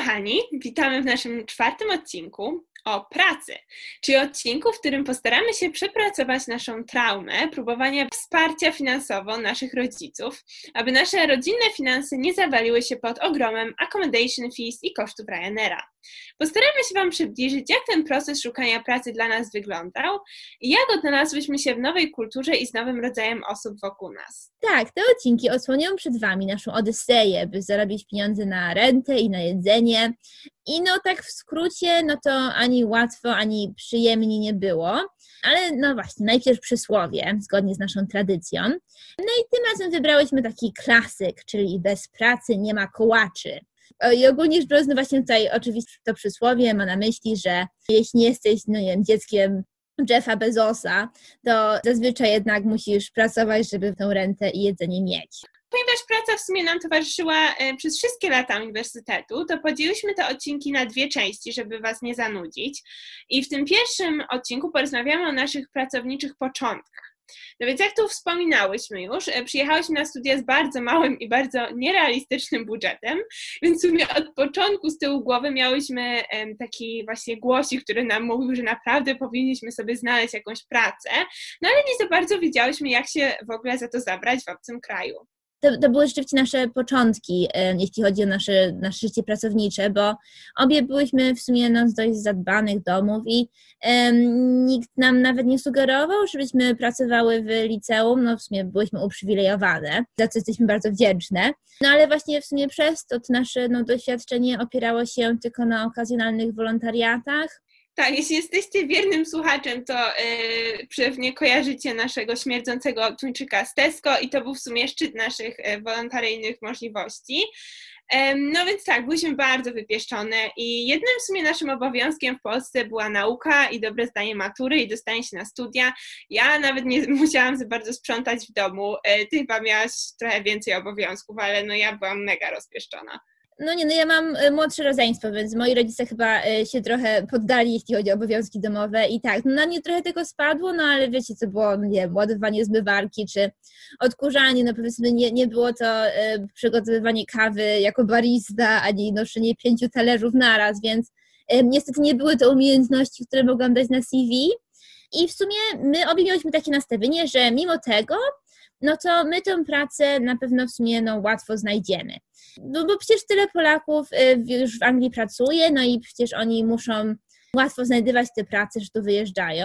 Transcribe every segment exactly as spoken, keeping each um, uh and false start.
kochani, witamy w naszym czwartym odcinku o pracy, czyli odcinku, w którym postaramy się przepracować naszą traumę, próbowania wsparcia finansowo naszych rodziców, aby nasze rodzinne finanse nie zawaliły się pod ogromem accommodation fees i kosztów Ryanaira. Postaramy się Wam przybliżyć, jak ten proces szukania pracy dla nas wyglądał i jak odnalazłyśmy się w nowej kulturze i z nowym rodzajem osób wokół nas. Tak, te odcinki odsłonią przed Wami naszą odyseję, by zarobić pieniądze na rentę i na jedzenie. I no tak w skrócie, no to ani łatwo, ani przyjemnie nie było. Ale no właśnie, najpierw przysłowie, zgodnie z naszą tradycją. No i tym razem wybrałyśmy taki klasyk, czyli bez pracy nie ma kołaczy. I ogólnie rzecz biorąc, no właśnie tutaj oczywiście to przysłowie ma na myśli, że jeśli jesteś, no nie wiem, dzieckiem Jeffa Bezosa, to zazwyczaj jednak musisz pracować, żeby tę rentę i jedzenie mieć. Ponieważ praca w sumie nam towarzyszyła przez wszystkie lata uniwersytetu, to podzieliłyśmy te odcinki na dwie części, żeby Was nie zanudzić. I w tym pierwszym odcinku porozmawiamy o naszych pracowniczych początkach. No więc jak tu wspominałyśmy już, przyjechałyśmy na studia z bardzo małym i bardzo nierealistycznym budżetem, więc w sumie od początku z tyłu głowy miałyśmy taki właśnie głosik, który nam mówił, że naprawdę powinniśmy sobie znaleźć jakąś pracę, no ale nie za bardzo wiedziałyśmy, jak się w ogóle za to zabrać w obcym kraju. To, to były rzeczywiście nasze początki, jeśli chodzi o nasze, nasze życie pracownicze, bo obie byłyśmy w sumie no, z dość zadbanych domów i um, nikt nam nawet nie sugerował, żebyśmy pracowały w liceum, no w sumie byłyśmy uprzywilejowane, za co jesteśmy bardzo wdzięczne, no ale właśnie w sumie przez to, to nasze no, doświadczenie opierało się tylko na okazjonalnych wolontariatach. Tak, jeśli jesteście wiernym słuchaczem, to yy, pewnie kojarzycie naszego śmierdzącego tuńczyka z Tesco i to był w sumie szczyt naszych yy, wolontaryjnych możliwości. Yy, no więc tak, byliśmy bardzo wypieszczone i jednym w sumie naszym obowiązkiem w Polsce była nauka i dobre zdanie matury i dostanie się na studia. Ja nawet nie musiałam za bardzo sprzątać w domu, yy, ty chyba miałaś trochę więcej obowiązków, ale no ja byłam mega rozpieszczona. No nie, no ja mam młodsze rodzeństwo, więc moi rodzice chyba się trochę poddali, jeśli chodzi o obowiązki domowe i tak, no na mnie trochę tego spadło, no ale wiecie, co było, no nie wiem, ładowanie zmywarki czy odkurzanie, no powiedzmy nie, nie było to e, przygotowywanie kawy jako barista, ani noszenie pięciu talerzów naraz, więc e, niestety nie były to umiejętności, które mogłam dać na C V i w sumie my obie miałyśmy takie nastawienie, że mimo tego no to my tę pracę na pewno w sumie no, łatwo znajdziemy. No bo przecież tyle Polaków już w Anglii pracuje, no i przecież oni muszą łatwo znajdywać te prace, że tu wyjeżdżają.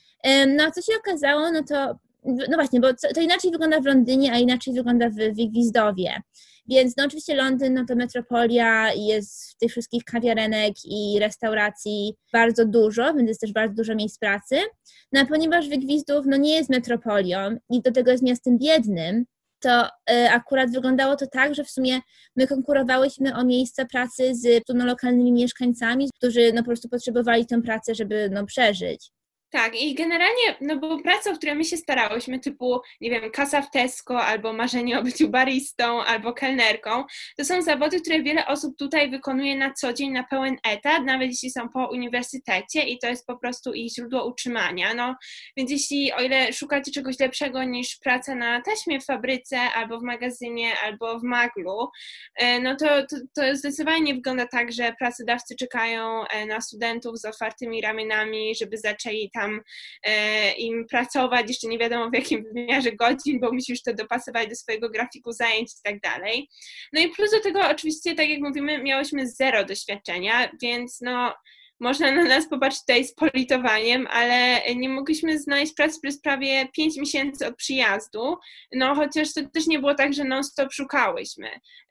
No a co się okazało, no to no właśnie, bo to inaczej wygląda w Londynie, a inaczej wygląda w, w Gwizdowie. Więc no oczywiście Londyn, no to metropolia, jest tych wszystkich kawiarenek i restauracji bardzo dużo, więc jest też bardzo dużo miejsc pracy. No a ponieważ Gwizdów no nie jest metropolią i do tego jest miastem biednym, to y, akurat wyglądało to tak, że w sumie my konkurowałyśmy o miejsca pracy z no, lokalnymi mieszkańcami, którzy no po prostu potrzebowali tę pracę, żeby no przeżyć. Tak, i generalnie, no bo praca, o którą my się starałyśmy, typu, nie wiem, kasa w Tesco, albo marzenie o byciu baristą, albo kelnerką, to są zawody, które wiele osób tutaj wykonuje na co dzień na pełen etat, nawet jeśli są po uniwersytecie i to jest po prostu ich źródło utrzymania, no, więc jeśli, o ile szukacie czegoś lepszego niż praca na taśmie w fabryce, albo w magazynie, albo w maglu, no to, to, to zdecydowanie nie wygląda tak, że pracodawcy czekają na studentów z otwartymi ramionami, żeby zaczęli tam tam e, im pracować, jeszcze nie wiadomo w jakim wymiarze godzin, bo musisz to dopasować do swojego grafiku zajęć i tak dalej. No i plus do tego oczywiście, tak jak mówimy, miałyśmy zero doświadczenia, więc no można na nas popatrzeć tutaj z politowaniem, ale nie mogliśmy znaleźć pracy przez prawie pięć miesięcy od przyjazdu, no chociaż to też nie było tak, że non-stop szukałyśmy.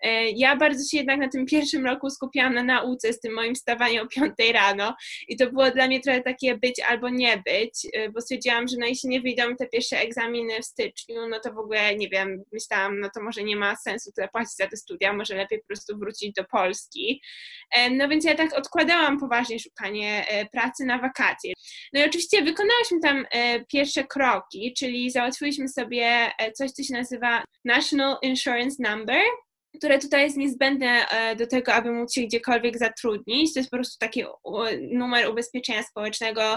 Ja bardzo się jednak na tym pierwszym roku skupiałam na nauce z tym moim wstawaniem o piątej rano i to było dla mnie trochę takie być albo nie być, bo stwierdziłam, że no jeśli nie wyjdą te pierwsze egzaminy w styczniu, no to w ogóle nie wiem, myślałam, no to może nie ma sensu tyle płacić za te studia, może lepiej po prostu wrócić do Polski. No więc ja tak odkładałam poważnie szukanie pracy na wakacje. No i oczywiście wykonałyśmy tam pierwsze kroki, czyli załatwiłyśmy sobie coś, co się nazywa National Insurance Number. które tutaj jest niezbędne do tego, aby móc się gdziekolwiek zatrudnić. To jest po prostu taki numer ubezpieczenia społecznego,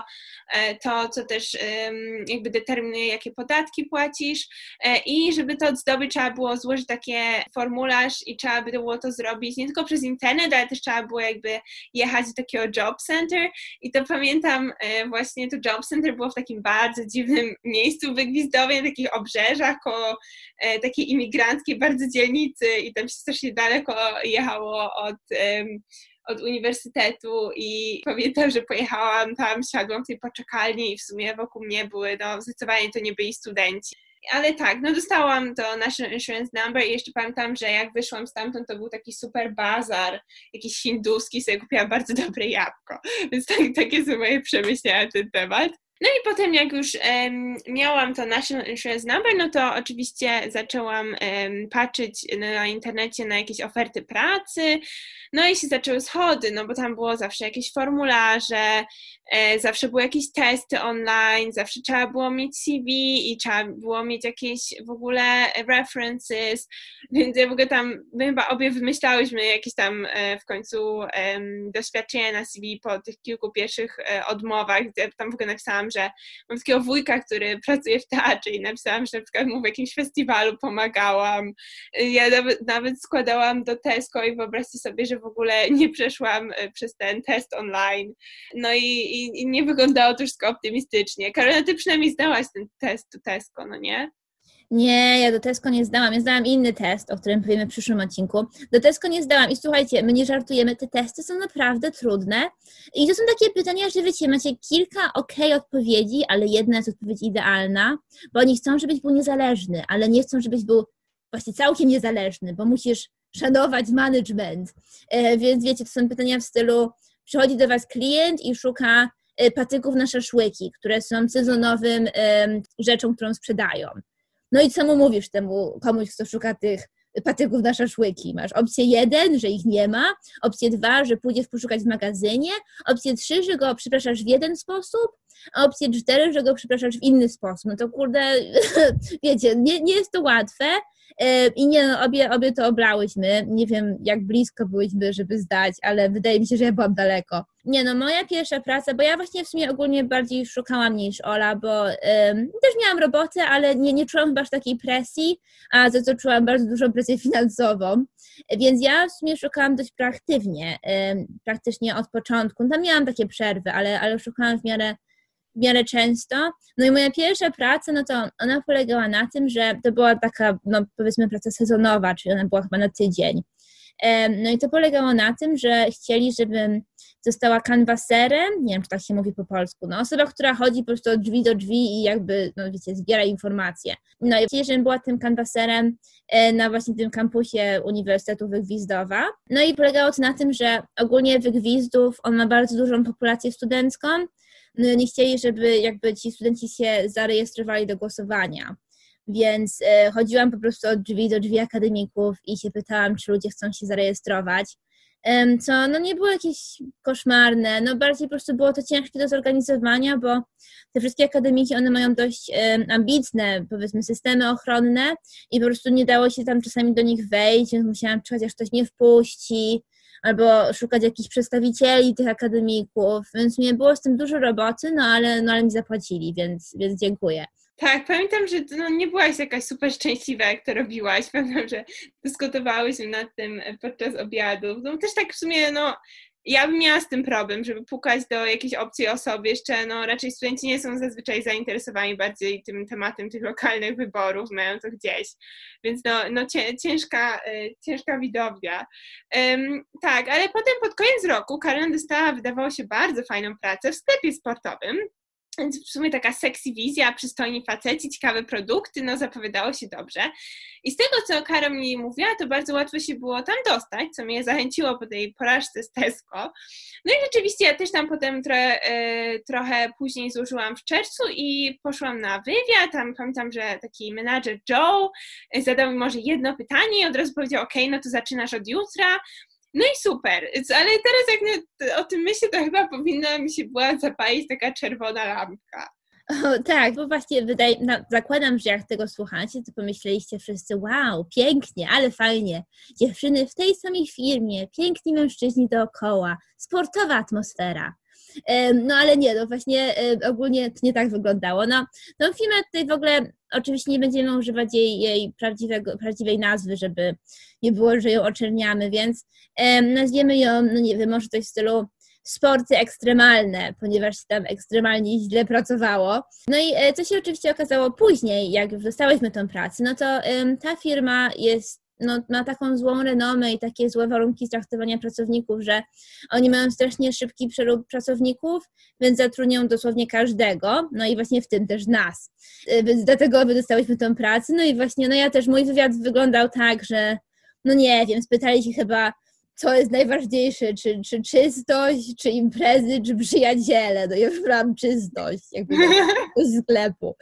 to, co też jakby determinuje, jakie podatki płacisz, i żeby to zdobyć, trzeba było złożyć taki formularz i trzeba by było to zrobić nie tylko przez internet, ale też trzeba było jakby jechać do takiego job center i to pamiętam właśnie to job center było w takim bardzo dziwnym miejscu w Wygwizdowie, na takich obrzeżach, koło takiej imigranckiej bardzo dzielnicy i tam się strasznie daleko jechało od, um, od uniwersytetu i pamiętam, że pojechałam tam, siadłam w tej poczekalni i w sumie wokół mnie były, no zdecydowanie to nie byli studenci. Ale tak, no dostałam to National Insurance Number i jeszcze pamiętam, że jak wyszłam stamtąd, to był taki super bazar, jakiś hinduski, sobie kupiłam bardzo dobre jabłko, więc tak, takie są moje przemyślenia na ten temat. No i potem jak już um, miałam to National Insurance Number, no to oczywiście zaczęłam um, patrzeć na internecie na jakieś oferty pracy, no i się zaczęły schody, no bo tam było zawsze jakieś formularze, e, zawsze były jakieś testy online, zawsze trzeba było mieć C V i trzeba było mieć jakieś w ogóle references, więc ja w ogóle tam, my chyba obie wymyślałyśmy jakieś tam e, w końcu e, doświadczenia na C V po tych kilku pierwszych e, odmowach, gdzie tam w ogóle napisałam, że mam takiego wujka, który pracuje w teatrze i napisałam, że na przykład mu w jakimś festiwalu pomagałam. Ja nawet, nawet składałam do Tesco i wyobraźcie sobie, że w ogóle nie przeszłam przez ten test online. No i, i, i nie wyglądało to wszystko optymistycznie. Karolina, ty przynajmniej zdałaś ten test do Tesco, no nie? Nie, ja do Tesco nie zdałam. Ja zdałam inny test, o którym powiemy w przyszłym odcinku. Do Tesco nie zdałam i słuchajcie, my nie żartujemy, te testy są naprawdę trudne i to są takie pytania, że wiecie, macie kilka okej okay odpowiedzi, ale jedna jest odpowiedź idealna, bo oni chcą, żebyś był niezależny, ale nie chcą, żebyś był właśnie całkiem niezależny, bo musisz szanować management. E, więc wiecie, to są pytania w stylu, przychodzi do was klient i szuka e, patyków na szaszłyki, które są sezonowym e, rzeczą, którą sprzedają. No i co mu mówisz temu komuś, kto szuka tych patyków na szaszłyki? Masz opcję jeden, że ich nie ma, opcję dwa, że pójdziesz poszukać w magazynie, opcję trzy, że go przepraszasz w jeden sposób, a opcję cztery, że go przepraszasz w inny sposób. No to kurde, wiecie, nie, nie jest to łatwe i nie, no, obie, obie to oblałyśmy. Nie wiem, jak blisko byłyśmy, żeby zdać, ale wydaje mi się, że ja byłam daleko. Nie no, moja pierwsza praca, bo ja właśnie w sumie ogólnie bardziej szukałam niż Ola, bo ym, też miałam robotę, ale nie, nie czułam chyba aż takiej presji, a za to czułam bardzo dużą presję finansową, więc ja w sumie szukałam dość proaktywnie, ym, praktycznie od początku. Tam miałam takie przerwy, ale, ale szukałam w miarę w miarę często. No i moja pierwsza praca, no to ona polegała na tym, że to była taka, no powiedzmy praca sezonowa, czyli ona była chyba na tydzień. No i to polegało na tym, że chcieli, żebym została kanwaserem, nie wiem, czy tak się mówi po polsku, no osoba, która chodzi po prostu od drzwi do drzwi i jakby, no wiecie, zbiera informacje. No i chcieli, żebym była tym kanwaserem na właśnie tym kampusie Uniwersytetu Wygwizdowa. No i polegało to na tym, że ogólnie Wygwizdów, on ma bardzo dużą populację studencką, no nie chcieli, żeby jakby ci studenci się zarejestrowali do głosowania. Więc e, chodziłam po prostu od drzwi do drzwi akademików i się pytałam, czy ludzie chcą się zarejestrować. E, co no nie było jakieś koszmarne, no bardziej po prostu było to ciężkie do zorganizowania, bo te wszystkie akademiki, one mają dość e, ambitne, powiedzmy, systemy ochronne i po prostu nie dało się tam czasami do nich wejść, więc musiałam czekać, aż ktoś mnie wpuści, albo szukać jakichś przedstawicieli tych akademików, więc mnie było z tym dużo roboty, no ale, no ale mi zapłacili, więc, więc dziękuję. Tak, pamiętam, że no, nie byłaś jakaś super szczęśliwa, jak to robiłaś. Pamiętam, że dyskutowałyśmy nad tym podczas obiadu. No też tak w sumie, no, ja bym miała z tym problem, żeby pukać do jakiejś obcej osoby. Jeszcze, no, raczej studenci nie są zazwyczaj zainteresowani bardziej tym tematem tych lokalnych wyborów, mają to gdzieś. Więc no, no ciężka, ciężka widownia. Um, tak, ale potem pod koniec roku Karolina dostała, wydawało się, bardzo fajną pracę w sklepie sportowym. Więc w sumie taka sexy wizja, przystojni faceci, ciekawe produkty, no zapowiadało się dobrze. I z tego, co Karol mi mówiła, to bardzo łatwo się było tam dostać, co mnie zachęciło po tej porażce z Tesco. No i rzeczywiście ja też tam potem trochę, e, trochę później złożyłam w czerwcu i poszłam na wywiad. Tam pamiętam, że taki menadżer Joe zadał mi może jedno pytanie i od razu powiedział, okej, no to zaczynasz od jutra. No i super, ale teraz jak o tym myślę, to chyba powinna mi się była zapalić taka czerwona lampka. O, tak, bo właśnie wydaje, no, zakładam, że jak tego słuchacie, to pomyśleliście wszyscy, wow, pięknie, ale fajnie. Dziewczyny w tej samej firmie, piękni mężczyźni dookoła, sportowa atmosfera. No ale nie, no właśnie ogólnie to nie tak wyglądało. No, tą firmę tutaj w ogóle oczywiście nie będziemy używać jej, jej prawdziwego, prawdziwej nazwy, żeby nie było, że ją oczerniamy, więc um, nazwiemy ją, no nie wiem, może coś w stylu sporty ekstremalne, ponieważ się tam ekstremalnie źle pracowało. No i co się oczywiście okazało później, jak już dostałyśmy tą pracę, no to um, ta firma jest no, ma taką złą renomę i takie złe warunki traktowania pracowników, że oni mają strasznie szybki przerób pracowników, więc zatrudnią dosłownie każdego, no i właśnie w tym też nas. Więc dlatego my dostałyśmy tą pracę, no i właśnie, no ja też, mój wywiad wyglądał tak, że no nie wiem, spytali się chyba, co jest najważniejsze, czy, czy czystość, czy imprezy, czy przyjaciele. No ja już brałam czystość jakby do, do sklepu.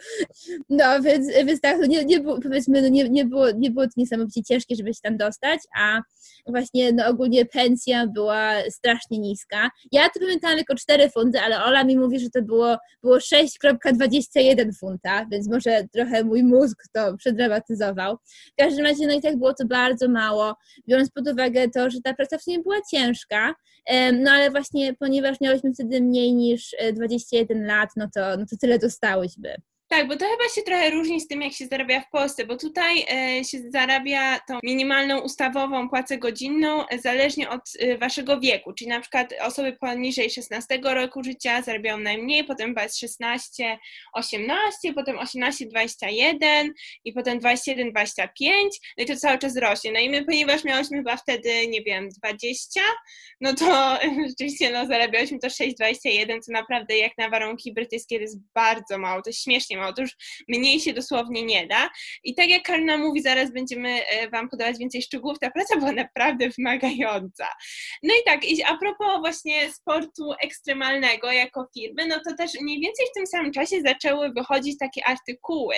No więc, więc tak, no nie, nie było, powiedzmy, no nie, nie, było, nie było to niesamowicie ciężkie, żeby się tam dostać, a właśnie no ogólnie pensja była strasznie niska. Ja to pamiętałam jako cztery funty, ale Ola mi mówi, że to było, było sześć przecinek dwadzieścia jeden funta, więc może trochę mój mózg to przedramatyzował. W każdym razie, no i tak było to bardzo mało, biorąc pod uwagę to, że ta praca w sumie była ciężka, no ale właśnie ponieważ miałyśmy wtedy mniej niż dwadzieścia jeden lat, no to, no to tyle dostałyśmy. Tak, bo to chyba się trochę różni z tym, jak się zarabia w Polsce, bo tutaj e, się zarabia tą minimalną ustawową płacę godzinną e, zależnie od e, waszego wieku, czyli na przykład osoby poniżej szesnastego roku życia zarabiają najmniej, potem chyba jest szesnaście osiemnaście, potem osiemnaście dwadzieścia jeden i potem dwadzieścia jeden dwadzieścia pięć, no i to cały czas rośnie. No i my, ponieważ miałyśmy chyba wtedy, nie wiem, dwadzieścia, no to rzeczywiście no, zarabiałyśmy to sześć dwadzieścia jeden, co naprawdę jak na warunki brytyjskie to jest bardzo mało, to jest śmiesznie mało, to już mniej się dosłownie nie da. I tak jak Karolina mówi, zaraz będziemy wam podawać więcej szczegółów, ta praca była naprawdę wymagająca. No i tak, a propos właśnie sportu ekstremalnego jako firmy, no to też mniej więcej w tym samym czasie zaczęły wychodzić takie artykuły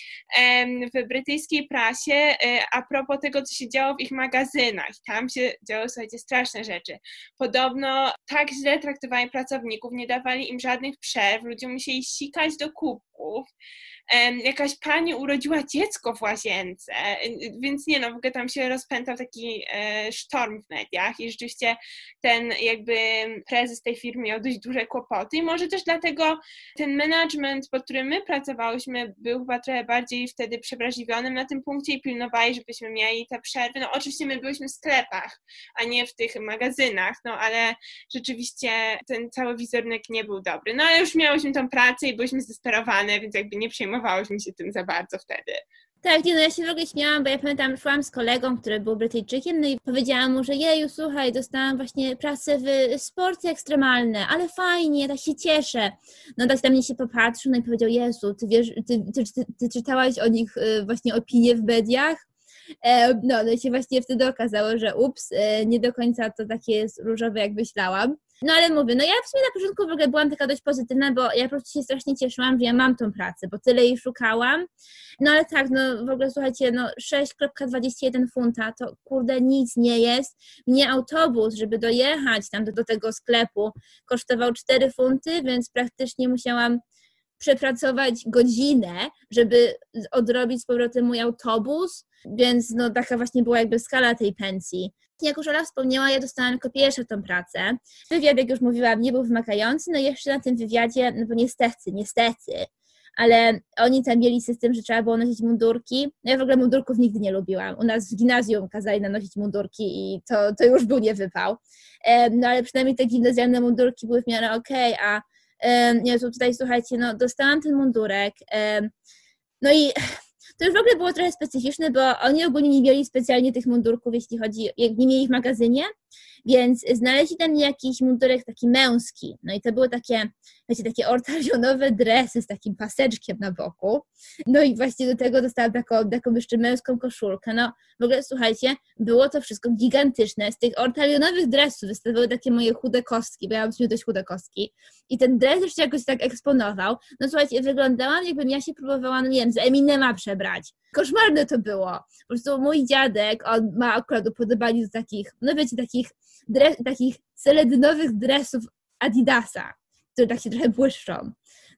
w brytyjskiej prasie a propos tego, co się działo w ich magazynach. Tam się działy, słuchajcie, straszne rzeczy. Podobno tak źle traktowali pracowników, nie dawali im żadnych przerw, ludzie musieli sikać do kubków. Jakaś pani urodziła dziecko w łazience, więc nie no, w ogóle tam się rozpętał taki sztorm w mediach i rzeczywiście ten jakby prezes tej firmy miał dość duże kłopoty i może też dlatego ten management, pod którym my pracowałyśmy, był chyba trochę bardziej wtedy przewrażliwiony na tym punkcie i pilnowali, żebyśmy mieli te przerwy. No oczywiście my byliśmy w sklepach, a nie w tych magazynach, no ale rzeczywiście ten cały wizerunek nie był dobry. No ale już miałyśmy tą pracę i byliśmy zdesperowane, więc jakby nie przejmowałyśmy się tym za bardzo wtedy. Tak, nie, no ja się w ogóle śmiałam, bo ja pamiętam, szłam z kolegą, który był Brytyjczykiem, no i powiedziałam mu, że jeju, słuchaj, dostałam właśnie pracę w sporty ekstremalne, ale fajnie, tak się cieszę. No tak na mnie się popatrzył, no i powiedział, Jezu, ty wiesz, ty, ty, ty, ty czytałaś o nich właśnie opinie w mediach? No, no i się właśnie wtedy okazało, że ups, nie do końca to takie jest różowe, jak myślałam. No ale mówię, no ja w sumie na początku w ogóle byłam taka dość pozytywna, bo ja po prostu się strasznie cieszyłam, że ja mam tą pracę, bo tyle jej szukałam. No ale tak, no w ogóle słuchajcie, no sześć przecinek dwadzieścia jeden funta to kurde nic nie jest. Mnie autobus, żeby dojechać tam do, do tego sklepu, kosztował cztery funty, więc praktycznie musiałam przepracować godzinę, żeby odrobić z powrotem mój autobus, więc no taka właśnie była jakby skala tej pensji. Jak już Ola wspomniała, ja dostałam jako pierwsza tą pracę. Wywiad, jak już mówiłam, nie był wymagający, no i jeszcze na tym wywiadzie, no bo niestety, niestety, ale oni tam mieli system, że trzeba było nosić mundurki. Ja w ogóle mundurków nigdy nie lubiłam. U nas w gimnazjum kazali nam nosić mundurki i to, to już był niewypał. No ale przynajmniej te gimnazjalne mundurki były w miarę okej, okay, a nie, to tutaj słuchajcie, no dostałam ten mundurek, no i to już w ogóle było trochę specyficzne, bo oni ogólnie nie mieli specjalnie tych mundurków, jeśli chodzi, jak nie mieli ich w magazynie, więc znaleźli tam jakiś mundurek taki męski, no i to były takie, wiecie, takie ortalionowe dresy z takim paseczkiem na boku, no i właśnie do tego dostałam taką, taką jeszcze męską koszulkę, no w ogóle słuchajcie, było to wszystko gigantyczne, z tych ortalionowych dresów wystawały takie moje chude kostki, bo ja mam w sumie dość chude kostki i ten dres jeszcze jakoś tak eksponował, no słuchajcie, wyglądałam jakbym ja się próbowała, no nie wiem, z Eminema przebrać. Koszmarne to było. Po prostu mój dziadek, on ma akurat upodobanie do takich, no wiecie, takich, dres, takich seledynowych dresów Adidasa, które tak się trochę błyszczą.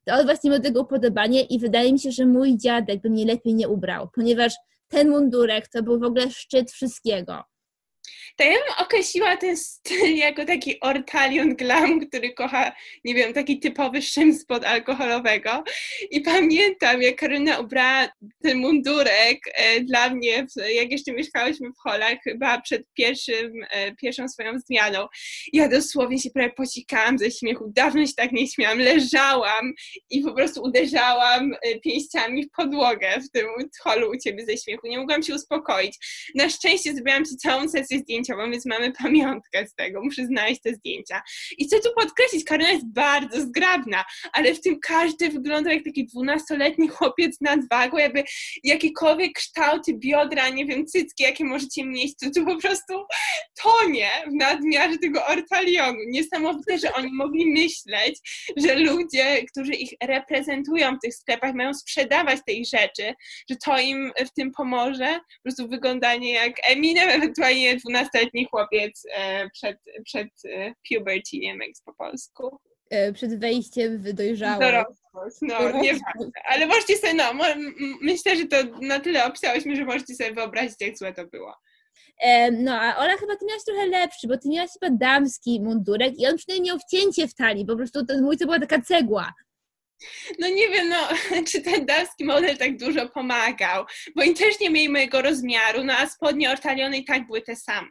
to on właśnie ma tego upodobanie i wydaje mi się, że mój dziadek by mnie lepiej nie ubrał, ponieważ ten mundurek to był w ogóle szczyt wszystkiego. To ja bym określiła ten styl jako taki ortalion glam, który kocha, nie wiem, taki typowy szym spod alkoholowego. I pamiętam, jak Karolina ubrała ten mundurek e, dla mnie, jak jeszcze mieszkałyśmy w Holach, chyba przed pierwszym, e, pierwszą swoją zmianą. Ja dosłownie się prawie posikałam ze śmiechu. Dawno się tak nie śmiałam. Leżałam i po prostu uderzałam e, pięściami w podłogę w tym holu u ciebie ze śmiechu. Nie mogłam się uspokoić. Na szczęście zrobiłam ci całą sesję zdjęć, więc mamy pamiątkę z tego, muszę znaleźć te zdjęcia. I chcę tu podkreślić, Karolina jest bardzo zgrabna, ale w tym każdy wygląda jak taki dwunastoletni chłopiec nad wagą, jakby jakiekolwiek kształty biodra, nie wiem, cycki, jakie możecie mieć, to tu po prostu tonie w nadmiarze tego ortalionu. Niesamowite, że oni mogli myśleć, że ludzie, którzy ich reprezentują w tych sklepach, mają sprzedawać tej rzeczy, że to im w tym pomoże. Po prostu wyglądanie jak Eminem, ewentualnie dwunastoletni chłopiec e, przed, przed e, puberty, nie wiem jak jest po polsku. Przed wejściem w dojrzałość. Dorosłość, no nie ważne. Ale możecie sobie, no, mo, m- myślę, że to na tyle opisałyśmy, że możecie sobie wyobrazić, jak złe to było. No, a Ola, chyba ty miałaś trochę lepszy, bo ty miałaś chyba damski mundurek i on przynajmniej miał wcięcie w talii, po prostu ten mój to była taka cegła. No nie wiem, no, czy ten damski model tak dużo pomagał, bo oni też nie mieli mojego rozmiaru, no a spodnie ortaliony i tak były te same.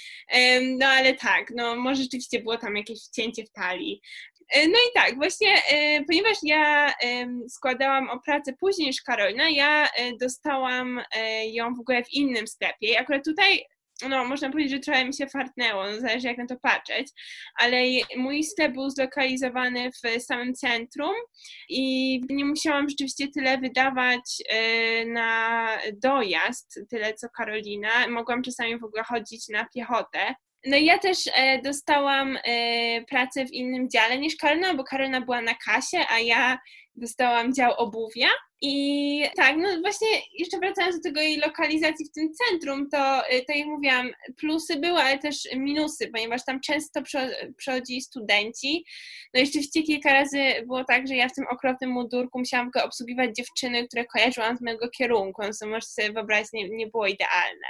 No ale tak, no może rzeczywiście było tam jakieś wcięcie w talii. No i tak, właśnie, ponieważ ja składałam o pracę później niż Karolina, ja dostałam ją w ogóle w innym sklepie i akurat tutaj no można powiedzieć, że trochę mi się fartnęło, no zależy jak na to patrzeć, ale mój sklep był zlokalizowany w samym centrum i nie musiałam rzeczywiście tyle wydawać na dojazd, tyle co Karolina, mogłam czasami w ogóle chodzić na piechotę. No i ja też e, dostałam e, pracę w innym dziale niż Karolina, bo Karolina była na kasie, a ja dostałam dział obuwia. I tak, no właśnie jeszcze wracając do tego jej lokalizacji w tym centrum, to tak jak mówiłam, plusy były, ale też minusy, ponieważ tam często przychodzili studenci. No i rzeczywiście kilka razy było tak, że ja w tym okropnym mundurku musiałam go obsługiwać dziewczyny, które kojarzyłam z mojego kierunku, no co możecie sobie wyobrazić, nie, nie było idealne.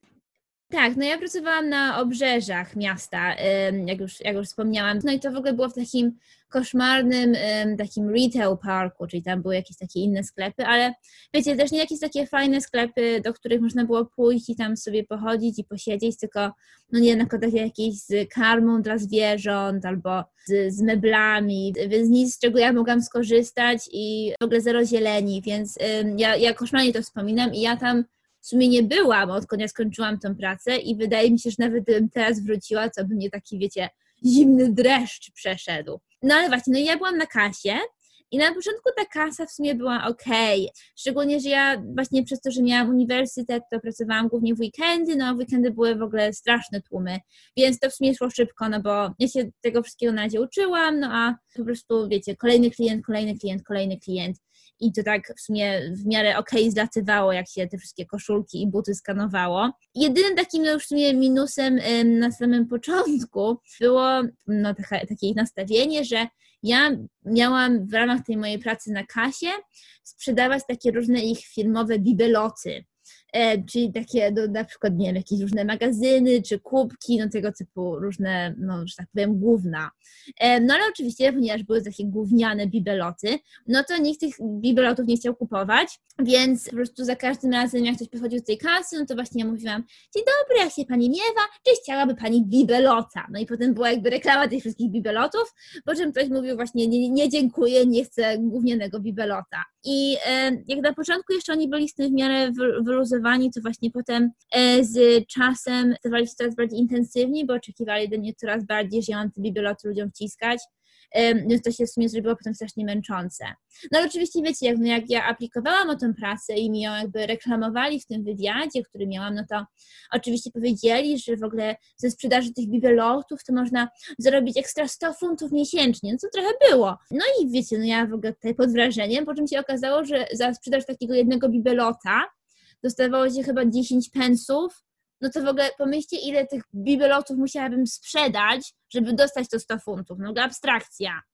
Tak, no ja pracowałam na obrzeżach miasta, jak już, jak już wspomniałam. No i to w ogóle było w takim koszmarnym takim retail parku, czyli tam były jakieś takie inne sklepy, ale wiecie, też nie jakieś takie fajne sklepy, do których można było pójść i tam sobie pochodzić i posiedzieć, tylko no nie tylko takie jakieś z karmą dla zwierząt albo z, z meblami, więc nic, z czego ja mogłam skorzystać i w ogóle zero zieleni, więc ja, ja koszmarnie to wspominam i ja tam w sumie nie byłam, odkąd ja skończyłam tę pracę i wydaje mi się, że nawet gdybym teraz wróciła, to by mnie taki, wiecie, zimny dreszcz przeszedł. No ale właśnie, no i ja byłam na kasie i na początku ta kasa w sumie była okej. Okay. Szczególnie, że ja właśnie przez to, że miałam uniwersytet, to pracowałam głównie w weekendy, no a weekendy były w ogóle straszne tłumy, więc to w sumie szło szybko, no bo ja się tego wszystkiego na razie uczyłam, no a po prostu, wiecie, kolejny klient, kolejny klient, kolejny klient. I to tak w sumie w miarę okej okay zlatywało, jak się te wszystkie koszulki i buty skanowało. Jedynym takim no już w sumie minusem ym, na samym początku było no, taka, takie nastawienie, że ja miałam w ramach tej mojej pracy na kasie sprzedawać takie różne ich firmowe bibeloty. E, czyli takie, no, na przykład, nie wiem, jakieś różne magazyny, czy kubki, no tego typu różne, no, że tak powiem, gówna. E, no ale oczywiście, ponieważ były takie gówniane bibeloty, no to nikt tych bibelotów nie chciał kupować, więc po prostu za każdym razem, jak ktoś podchodził z tej kasy, no to właśnie ja mówiłam: dzień dobry, jak się pani miewa, czy chciałaby pani bibelota? No i potem była jakby reklama tych wszystkich bibelotów, po czym ktoś mówił właśnie: nie, nie dziękuję, nie chcę gównianego bibelota. I e, jak na początku jeszcze oni byli z tym w miarę wyluzowani, to właśnie potem e, z czasem stawali się coraz bardziej intensywni, bo oczekiwali ode mnie coraz bardziej, że ja mam te bibeloty ludziom wciskać, e, więc to się w sumie zrobiło potem strasznie męczące. No ale oczywiście wiecie, jak, no jak ja aplikowałam o tę pracę i mi ją jakby reklamowali w tym wywiadzie, który miałam, no to oczywiście powiedzieli, że w ogóle ze sprzedaży tych bibelotów to można zarobić ekstra sto funtów miesięcznie, no co trochę było. No i wiecie, no ja w ogóle tutaj pod wrażeniem, po czym się okazało, że za sprzedaż takiego jednego bibelota dostawało się chyba dziesięć pensów, no to w ogóle pomyślcie, ile tych bibelotów musiałabym sprzedać, żeby dostać to sto funtów, no to abstrakcja.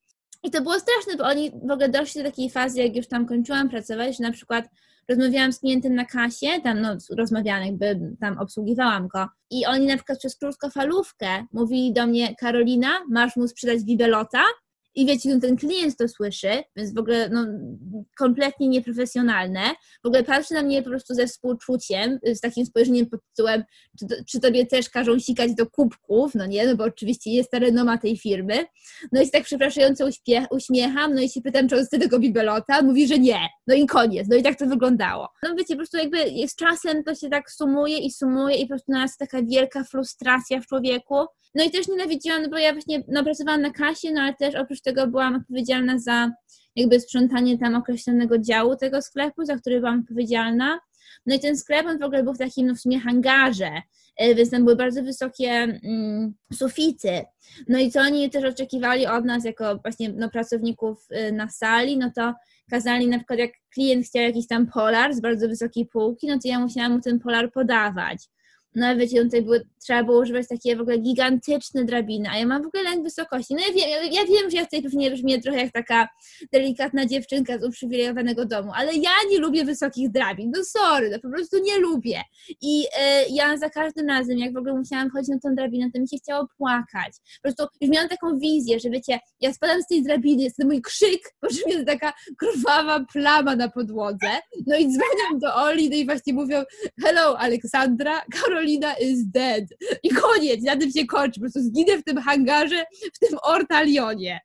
I to było straszne, bo oni w ogóle doszli do takiej fazy, jak już tam kończyłam pracować, że na przykład rozmawiałam z klientem na kasie, tam no rozmawiałam, jakby tam obsługiwałam go i oni na przykład przez krótkofalówkę mówili do mnie: Karolina, masz mu sprzedać bibelota? I wiecie, no ten klient to słyszy, więc w ogóle no, kompletnie nieprofesjonalne. W ogóle patrzy na mnie po prostu ze współczuciem, z takim spojrzeniem pod tytułem, czy, to, czy tobie też każą sikać do kubków, no nie, no bo oczywiście jest ta renoma tej firmy. No i się tak przepraszająco uśpie- uśmiecham, no i się pytam, czy on chce tego bibelota, mówi, że nie. No i koniec, no i tak to wyglądało. No wiecie, po prostu jakby z czasem to się tak sumuje i sumuje i po prostu nas taka wielka frustracja w człowieku. No i też nienawidziłam, no bo ja właśnie no, pracowałam na kasie, no ale też oprócz tego byłam odpowiedzialna za jakby sprzątanie tam określonego działu tego sklepu, za który byłam odpowiedzialna. No i ten sklep, on w ogóle był w takim no w sumie hangarze, więc tam były bardzo wysokie mm, sufity. No i co oni też oczekiwali od nas jako właśnie no, pracowników na sali, no to kazali na przykład jak klient chciał jakiś tam polar z bardzo wysokiej półki, no to ja musiałam mu ten polar podawać. No ale wiecie, tutaj były, trzeba było używać takie w ogóle gigantyczne drabiny, a ja mam w ogóle lęk wysokości. No ja wiem, ja wiem, że ja tutaj pewnie brzmię trochę jak taka delikatna dziewczynka z uprzywilejowanego domu, ale ja nie lubię wysokich drabin, no sorry, no po prostu nie lubię. I y, ja za każdym razem, jak w ogóle musiałam chodzić na tą drabinę, to mi się chciało płakać. Po prostu już miałam taką wizję, że wiecie, ja spadam z tej drabiny, jest ten mój krzyk, po czym jest taka krwawa plama na podłodze, no i dzwonią do Oli, no i właśnie mówią: hello Aleksandra, Karolina is dead. I koniec, na tym się kończy. Po prostu zginę w tym hangarze, w tym ortalionie.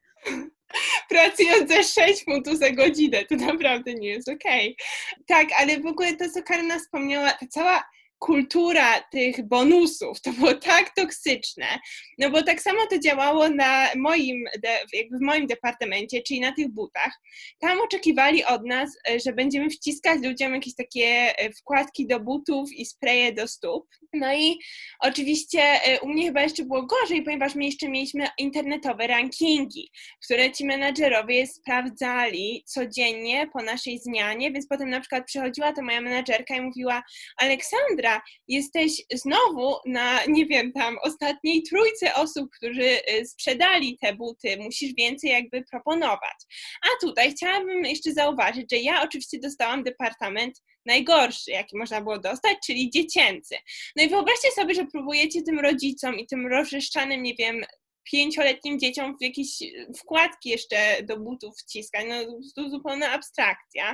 Pracując za sześć funtów za godzinę, to naprawdę nie jest okej. Okay. Tak, ale w ogóle to, co Karolina wspomniała, ta cała kultura tych bonusów, to było tak toksyczne, no bo tak samo to działało na moim, jakby w moim departamencie, czyli na tych butach. Tam oczekiwali od nas, że będziemy wciskać ludziom jakieś takie wkładki do butów i spreje do stóp. No i oczywiście u mnie chyba jeszcze było gorzej, ponieważ my jeszcze mieliśmy internetowe rankingi, które ci menadżerowie sprawdzali codziennie po naszej zmianie, więc potem na przykład przychodziła to moja menadżerka i mówiła: Aleksandra, jesteś znowu na, nie wiem, tam ostatniej trójce osób, którzy sprzedali te buty, musisz więcej jakby proponować. A tutaj chciałabym jeszcze zauważyć, że ja oczywiście dostałam departament najgorszy, jaki można było dostać, czyli dziecięcy. No i wyobraźcie sobie, że próbujecie tym rodzicom i tym rozrzeszczanym, nie wiem, pięcioletnim dzieciom w jakieś wkładki jeszcze do butów wciskać, no to zupełna abstrakcja.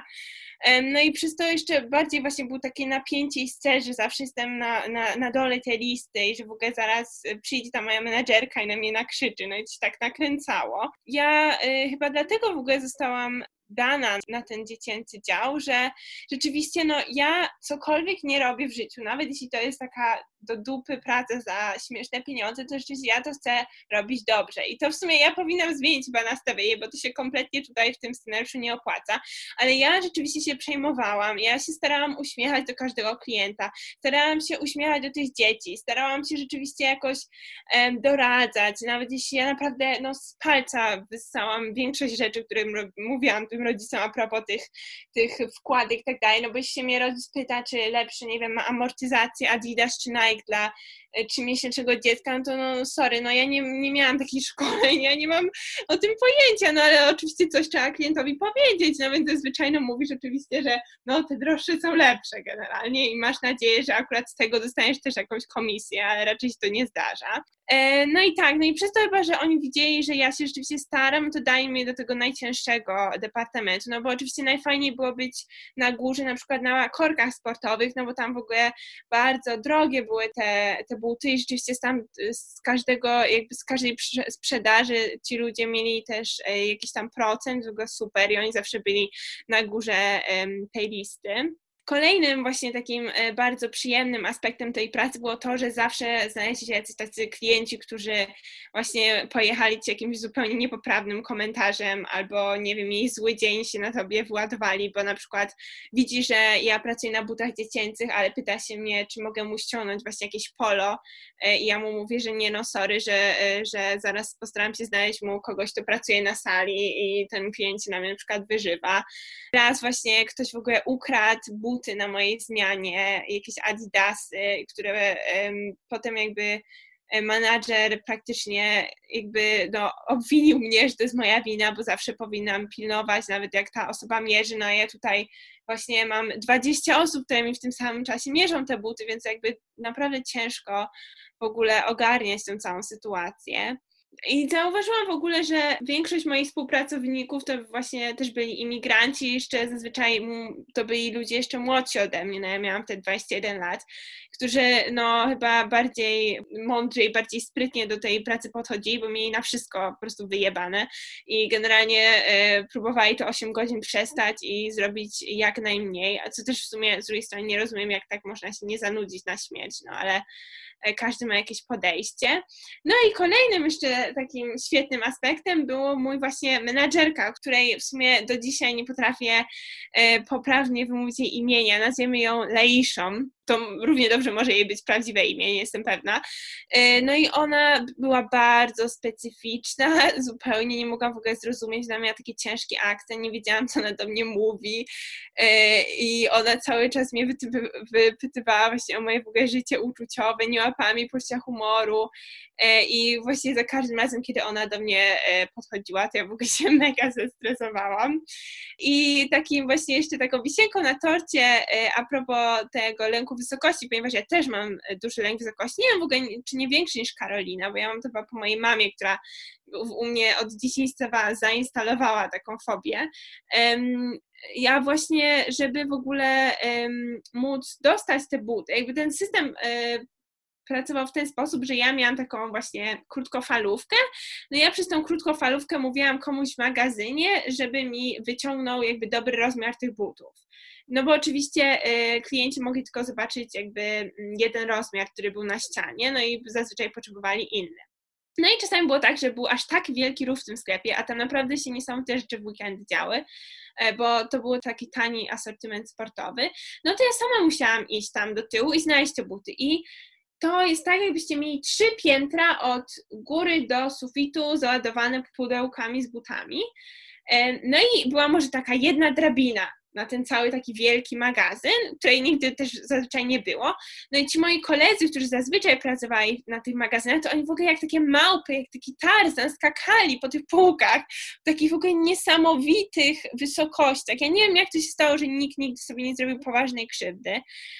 No i przez to jeszcze bardziej właśnie było takie napięcie i stres, że zawsze jestem na, na, na dole tej listy i że w ogóle zaraz przyjdzie ta moja menadżerka i na mnie nakrzyczy, no i się tak nakręcało. Ja y, chyba dlatego w ogóle zostałam dana na ten dziecięcy dział, że rzeczywiście no ja cokolwiek nie robię w życiu, nawet jeśli to jest taka do dupy praca za śmieszne pieniądze, to rzeczywiście ja to chcę robić dobrze. I to w sumie ja powinnam zmienić chyba nastawienie, bo to się kompletnie tutaj w tym scenariuszu nie opłaca. Ale ja rzeczywiście się przejmowałam, ja się starałam uśmiechać do każdego klienta, starałam się uśmiechać do tych dzieci, starałam się rzeczywiście jakoś um, doradzać, nawet jeśli ja naprawdę no, z palca wyssałam większość rzeczy, które m- mówiłam tym rodzicom a propos tych, tych wkładek i tak dalej, no bo jeśli się mnie rodzic pyta, czy lepszy, nie wiem, ma amortyzację Adidas czy Nike dla trzymiesięcznego dziecka, no to no sorry, no ja nie, nie miałam takich szkoleń, ja nie mam o tym pojęcia, no ale oczywiście coś trzeba klientowi powiedzieć, no więc zazwyczaj no mówisz oczywiście, że no te droższe są lepsze generalnie i masz nadzieję, że akurat z tego dostaniesz też jakąś komisję, ale raczej się to nie zdarza. No i tak, no i przez to chyba, że oni widzieli, że ja się rzeczywiście staram, to dali mnie do tego najcięższego departamentu, no bo oczywiście najfajniej było być na górze, na przykład na korkach sportowych, no bo tam w ogóle bardzo drogie były te, te buty i rzeczywiście tam z każdego, jakby z każdej sprzedaży ci ludzie mieli też jakiś tam procent, w ogóle super i oni zawsze byli na górze tej listy. Kolejnym właśnie takim bardzo przyjemnym aspektem tej pracy było to, że zawsze znaleźli się jacyś tacy klienci, którzy właśnie pojechali ci jakimś zupełnie niepoprawnym komentarzem albo, nie wiem, mieli zły dzień, się na tobie wyładowali, bo na przykład widzi, że ja pracuję na butach dziecięcych, ale pyta się mnie, czy mogę mu ściągnąć właśnie jakieś polo i ja mu mówię, że nie, no sorry, że, że zaraz postaram się znaleźć mu kogoś, kto pracuje na sali i ten klient się na mnie na przykład wyżywa. Raz właśnie ktoś w ogóle ukradł buty na mojej zmianie, jakieś Adidasy, które um, potem jakby menadżer praktycznie jakby no, obwinił mnie, że to jest moja wina, bo zawsze powinnam pilnować, nawet jak ta osoba mierzy, no ja tutaj właśnie mam dwadzieścia osób, które mi w tym samym czasie mierzą te buty, więc jakby naprawdę ciężko w ogóle ogarniać tę całą sytuację. I zauważyłam w ogóle, że większość moich współpracowników to właśnie też byli imigranci, jeszcze zazwyczaj to byli ludzie jeszcze młodsi ode mnie, no ja miałam wtedy dwadzieścia jeden lat, którzy no chyba bardziej mądrze i bardziej sprytnie do tej pracy podchodzili, bo mieli na wszystko po prostu wyjebane i generalnie e, próbowali to osiem godzin przestać i zrobić jak najmniej, a co też w sumie z drugiej strony nie rozumiem, jak tak można się nie zanudzić na śmierć, no ale każdy ma jakieś podejście. No i kolejnym jeszcze takim świetnym aspektem było mój właśnie menadżerka, której w sumie do dzisiaj nie potrafię poprawnie wymówić jej imienia. Nazwiemy ją Leiszą. To równie dobrze może jej być prawdziwe imię, nie jestem pewna. No i ona była bardzo specyficzna, zupełnie nie mogłam w ogóle zrozumieć, ona miała taki ciężki akcent, nie wiedziałam, co ona do mnie mówi i ona cały czas mnie wypytywała właśnie o moje w ogóle życie uczuciowe, nie łapała mi poczucia humoru i właśnie za każdym razem, kiedy ona do mnie podchodziła, to ja w ogóle się mega zestresowałam. I takim właśnie jeszcze taką wisienką na torcie a propos tego lęku wysokości, ponieważ ja też mam duży lęk wysokości, nie wiem w ogóle, czy nie większy niż Karolina, bo ja mam to chyba po mojej mamie, która u mnie od dzieciństwa zainstalowała taką fobię. Ja właśnie, żeby w ogóle móc dostać te buty, jakby ten system pracował w ten sposób, że ja miałam taką właśnie krótkofalówkę, no ja przez tą krótkofalówkę mówiłam komuś w magazynie, żeby mi wyciągnął jakby dobry rozmiar tych butów. No bo oczywiście klienci mogli tylko zobaczyć jakby jeden rozmiar, który był na ścianie, no i zazwyczaj potrzebowali inny. No i czasami było tak, że był aż tak wielki ruch w tym sklepie, a tam naprawdę się niesamowite rzeczy w weekend działy, bo to był taki tani asortyment sportowy, no to ja sama musiałam iść tam do tyłu i znaleźć te buty i to jest tak, jakbyście mieli trzy piętra od góry do sufitu załadowane pudełkami z butami. No i była może taka jedna drabina na ten cały taki wielki magazyn, której nigdy też zazwyczaj nie było. No i ci moi koledzy, którzy zazwyczaj pracowali na tych magazynach, to oni w ogóle jak takie małpy, jak taki Tarzan skakali po tych półkach w takich w ogóle niesamowitych wysokościach. Ja nie wiem, jak to się stało, że nikt nigdy sobie nie zrobił poważnej krzywdy.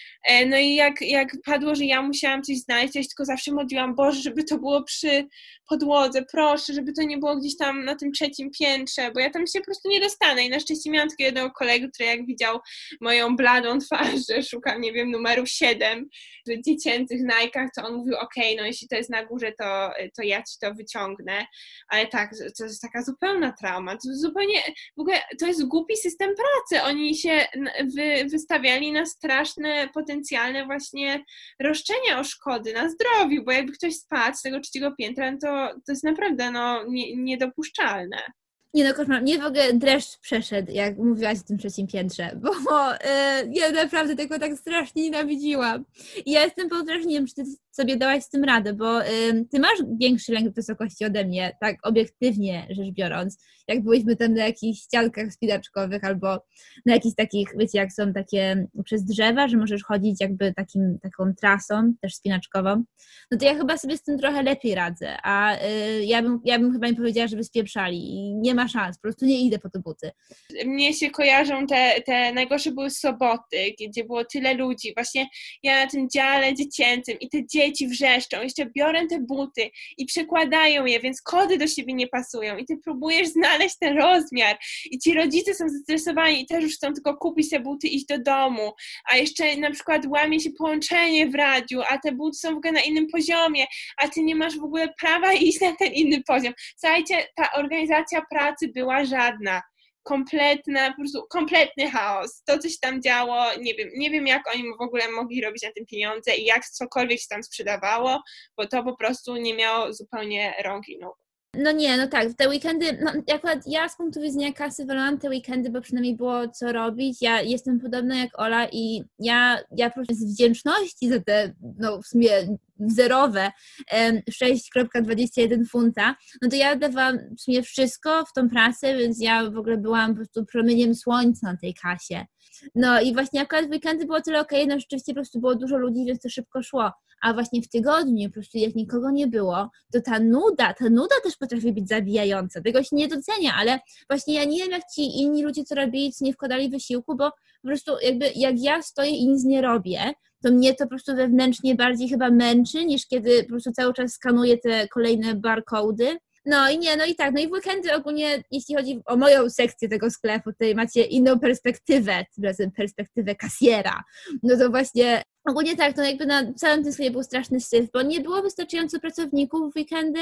No i jak, jak padło, że ja musiałam coś znaleźć, ja się tylko zawsze modliłam, Boże, żeby to było przy podłodze, proszę, żeby to nie było gdzieś tam na tym trzecim piętrze, bo ja tam się po prostu nie dostanę. I na szczęście miałam takiego jednego kolegę, który jak widział moją bladą twarz, że szukam, nie wiem, numeru siedem w dziecięcych Nike'ach, to on mówił, okej, okay, no jeśli to jest na górze, to, to ja ci to wyciągnę. Ale tak, to jest taka zupełna trauma. To zupełnie, w ogóle to jest głupi system pracy. Oni się wy, wystawiali na straszne potencjalne właśnie roszczenia o szkody na zdrowiu, bo jakby ktoś spadł z tego trzeciego piętra, no to to jest naprawdę no, nie, niedopuszczalne. Nie no, koszmar, mnie w ogóle dreszcz przeszedł, jak mówiłaś o tym trzecim piętrze, bo yy, ja naprawdę tego tak strasznie nienawidziłam. I ja jestem podrażniona, nie wiem, czy ty sobie dałaś z tym radę, bo yy, ty masz większy lęk wysokości ode mnie, tak obiektywnie rzecz biorąc, jak byliśmy tam na jakichś ściankach spinaczkowych albo na jakichś takich, wiecie, jak są takie przez drzewa, że możesz chodzić jakby takim, taką trasą, też spinaczkową, no to ja chyba sobie z tym trochę lepiej radzę, a yy, ja, bym, ja bym chyba nie powiedziała, żeby spieprzali i nie ma szans, po prostu nie idę po te buty. Mnie się kojarzą te, te najgorsze były soboty, gdzie było tyle ludzi, właśnie ja na tym dziale dziecięcym i te dzieci wrzeszczą, jeszcze biorę te buty i przekładają je, więc kody do siebie nie pasują i ty próbujesz znaleźć ten rozmiar i ci rodzice są zestresowani i też już chcą tylko kupić te buty i iść do domu, a jeszcze na przykład łamie się połączenie w radiu, a te buty są w ogóle na innym poziomie, a ty nie masz w ogóle prawa iść na ten inny poziom. Słuchajcie, ta organizacja pracy była żadna. Kompletna, po prostu kompletny chaos. To, co się tam działo, nie wiem, nie wiem, jak oni w ogóle mogli robić na tym pieniądze i jak cokolwiek się tam sprzedawało, bo to po prostu nie miało zupełnie rąk i nóg. No nie, no tak, te weekendy, no akurat ja z punktu widzenia kasy wolałam te weekendy, bo przynajmniej było co robić. Ja jestem podobna jak Ola i ja, ja po prostu z wdzięczności za te, no w sumie zerowe sześć przecinek dwadzieścia jeden funta, no to ja dawałam w sumie wszystko w tą pracę, więc ja w ogóle byłam po prostu promieniem słońca na tej kasie. No i właśnie akurat w weekendy było tyle okej, no rzeczywiście po prostu było dużo ludzi, więc to szybko szło. A właśnie w tygodniu, po prostu jak nikogo nie było, to ta nuda, ta nuda też potrafi być zabijająca. Tego się nie docenia, ale właśnie ja nie wiem, jak ci inni ludzie co robili, co nie wkładali wysiłku, bo po prostu jakby jak ja stoję i nic nie robię, to mnie to po prostu wewnętrznie bardziej chyba męczy, niż kiedy po prostu cały czas skanuję te kolejne barcody. No i nie, no i tak, no i w weekendy ogólnie, jeśli chodzi o moją sekcję tego sklepu, tutaj macie inną perspektywę, tym razem perspektywę kasjera, no to właśnie ogólnie tak, to jakby na całym tym sklepie był straszny syf, bo nie było wystarczająco pracowników w weekendy,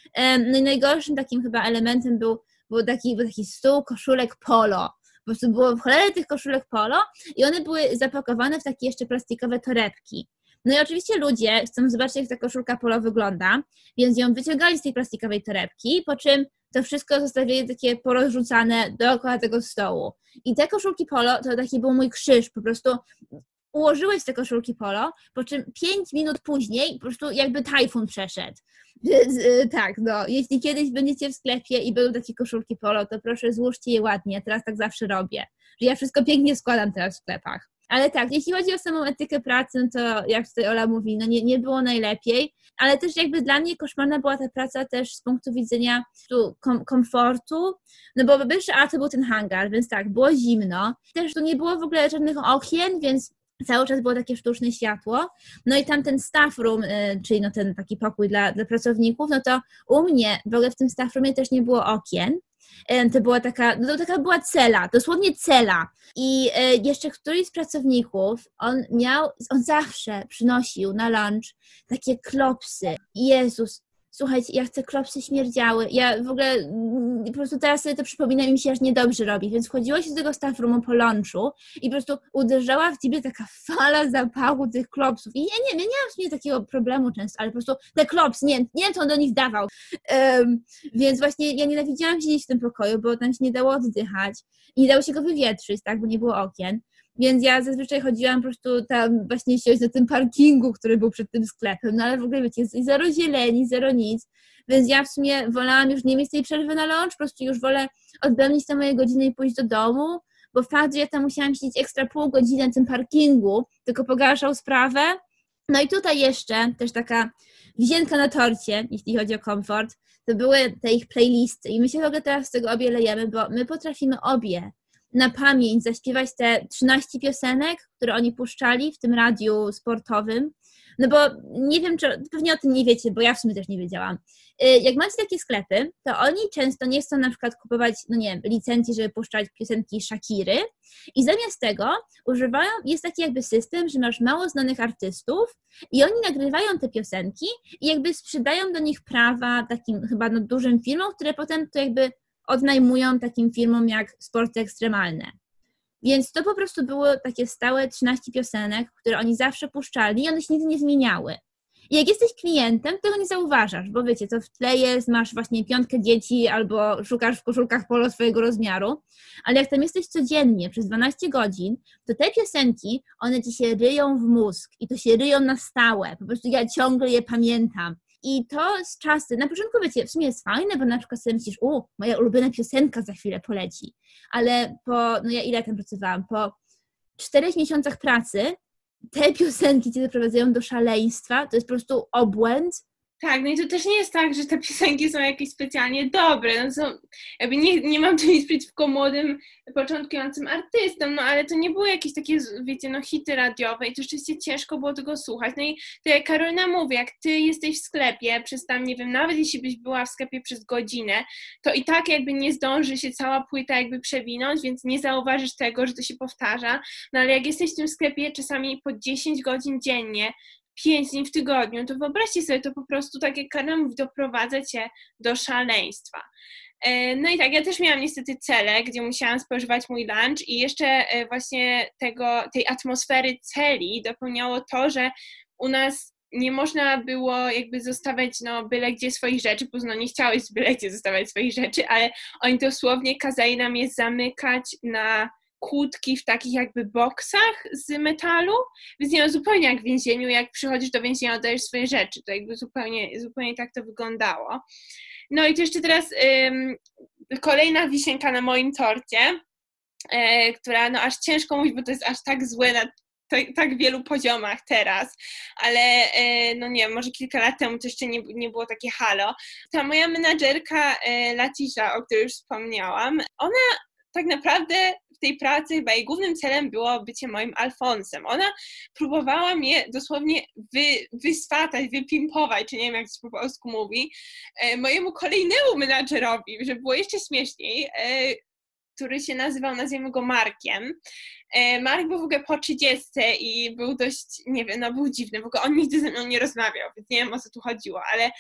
no i najgorszym takim chyba elementem był, był, taki, był taki stół koszulek polo. Po prostu było w cholerę tych koszulek polo i one były zapakowane w takie jeszcze plastikowe torebki. No i oczywiście ludzie chcą zobaczyć, jak ta koszulka polo wygląda, więc ją wyciągali z tej plastikowej torebki, po czym to wszystko zostawili takie porozrzucane dookoła tego stołu. I te koszulki polo to taki był mój krzyż, po prostu ułożyłeś te koszulki polo, po czym pięć minut później po prostu jakby tajfun przeszedł. Więc yy, tak, no, jeśli kiedyś będziecie w sklepie i będą takie koszulki polo, to proszę złóżcie je ładnie, teraz tak zawsze robię, że ja wszystko pięknie składam teraz w sklepach. Ale tak, jeśli chodzi o samą etykę pracy, no to jak tutaj Ola mówi, no nie, nie było najlepiej, ale też jakby dla mnie koszmarna była ta praca też z punktu widzenia tu kom- komfortu, no bo pierwszy A to był ten hangar, więc tak, było zimno, też tu nie było w ogóle żadnych okien, więc cały czas było takie sztuczne światło, no i tam ten staff room, czyli no ten taki pokój dla, dla pracowników, no to u mnie w ogóle w tym staff roomie też nie było okien, to była taka, no to taka była cela, dosłownie cela i jeszcze któryś z pracowników, on miał, on zawsze przynosił na lunch takie klopsy. Jezus, słuchajcie, ja chcę klopsy śmierdziały, ja w ogóle po prostu teraz sobie to przypominam i mi się aż niedobrze robi, więc wchodziło się do tego staff roomu po lunchu i po prostu uderzała w ciebie taka fala zapachu tych klopsów i ja nie, ja nie miałam w sumie takiego problemu często, ale po prostu te klopsy, nie, nie wiem, co on do nich dawał, um, więc właśnie ja nienawidziłam siedzieć w tym pokoju, bo tam się nie dało oddychać i nie dało się go wywietrzyć, tak, bo nie było okien. Więc ja zazwyczaj chodziłam po prostu tam właśnie siedzieć na tym parkingu, który był przed tym sklepem, no ale w ogóle wiecie, zero zieleni, zero nic, więc ja w sumie wolałam już nie mieć tej przerwy na lunch, po prostu już wolę odpełnić te moje godziny i pójść do domu, bo fakt, że ja tam musiałam siedzieć ekstra pół godziny na tym parkingu, tylko pogarszał sprawę. No i tutaj jeszcze też taka wisienka na torcie, jeśli chodzi o komfort, to były te ich playlisty i my się w ogóle teraz z tego obie lejemy, bo my potrafimy obie na pamięć zaśpiewać te trzynaście piosenek, które oni puszczali w tym radiu sportowym, no bo nie wiem, czy pewnie o tym nie wiecie, bo ja w sumie też nie wiedziałam. Jak macie takie sklepy, to oni często nie chcą na przykład kupować, no nie wiem, licencji, żeby puszczać piosenki Shakiry i zamiast tego używają, jest taki jakby system, że masz mało znanych artystów i oni nagrywają te piosenki i jakby sprzedają do nich prawa takim chyba no, dużym firmom, które potem to jakby odnajmują takim firmom jak Sporty Ekstremalne. Więc to po prostu było takie stałe trzynaście piosenek, które oni zawsze puszczali i one się nigdy nie zmieniały. I jak jesteś klientem, tego nie zauważasz, bo wiecie, to w tle jest, masz właśnie piątkę dzieci albo szukasz w koszulkach polo swojego rozmiaru, ale jak tam jesteś codziennie przez dwanaście godzin, to te piosenki, one ci się ryją w mózg i to się ryją na stałe. Po prostu ja ciągle je pamiętam. I to z czasem, na początku wiecie, w sumie jest fajne, bo na przykład sobie myślisz, u, moja ulubiona piosenka za chwilę poleci, ale po, no ja ile tam pracowałam, po czterech miesiącach pracy te piosenki cię doprowadzają do szaleństwa, to jest po prostu obłęd. Tak, no i to też nie jest tak, że te piosenki są jakieś specjalnie dobre, no są, jakby nie, nie mam tu nic przeciwko młodym, początkującym artystom, no ale to nie były jakieś takie, wiecie, no hity radiowe i to rzeczywiście ciężko było tego słuchać. No i to jak Karolina mówi, jak ty jesteś w sklepie przez tam, nie wiem, nawet jeśli byś była w sklepie przez godzinę, to i tak jakby nie zdąży się cała płyta jakby przewinąć, więc nie zauważysz tego, że to się powtarza, no ale jak jesteś w tym sklepie czasami po dziesięć godzin dziennie, pięć dni w tygodniu, to wyobraźcie sobie, to po prostu, tak jak Karolina mówi, doprowadza cię do szaleństwa. No i tak, ja też miałam niestety cele, gdzie musiałam spożywać mój lunch i jeszcze właśnie tego, tej atmosfery celi dopełniało to, że u nas nie można było jakby zostawiać no byle gdzie swoich rzeczy, bo no nie chciałeś byle gdzie zostawiać swoich rzeczy, ale oni dosłownie kazali nam je zamykać na kłódki w takich jakby boksach z metalu, więc nie, no, zupełnie jak w więzieniu, jak przychodzisz do więzienia, oddajesz swoje rzeczy, to jakby zupełnie, zupełnie tak to wyglądało. No i to jeszcze teraz ym, kolejna wisienka na moim torcie, e, która no aż ciężko mówić, bo to jest aż tak złe na tak, tak wielu poziomach teraz, ale e, no nie wiem, może kilka lat temu to jeszcze nie, nie było takie halo. Ta moja menadżerka e, Latisza, o której już wspomniałam, ona tak naprawdę w tej pracy chyba jej głównym celem było bycie moim Alfonsem. Ona próbowała mnie dosłownie wy, wyswatać, wypimpować, czy nie wiem jak to się po polsku mówi, e, mojemu kolejnemu menadżerowi, żeby było jeszcze śmieszniej, e, który się nazywał, nazwijmy go Markiem. Mark był w ogóle po trzydziestce i był dość, nie wiem, no był dziwny, w ogóle on nigdy ze mną nie rozmawiał, więc nie wiem, o co tu chodziło, ale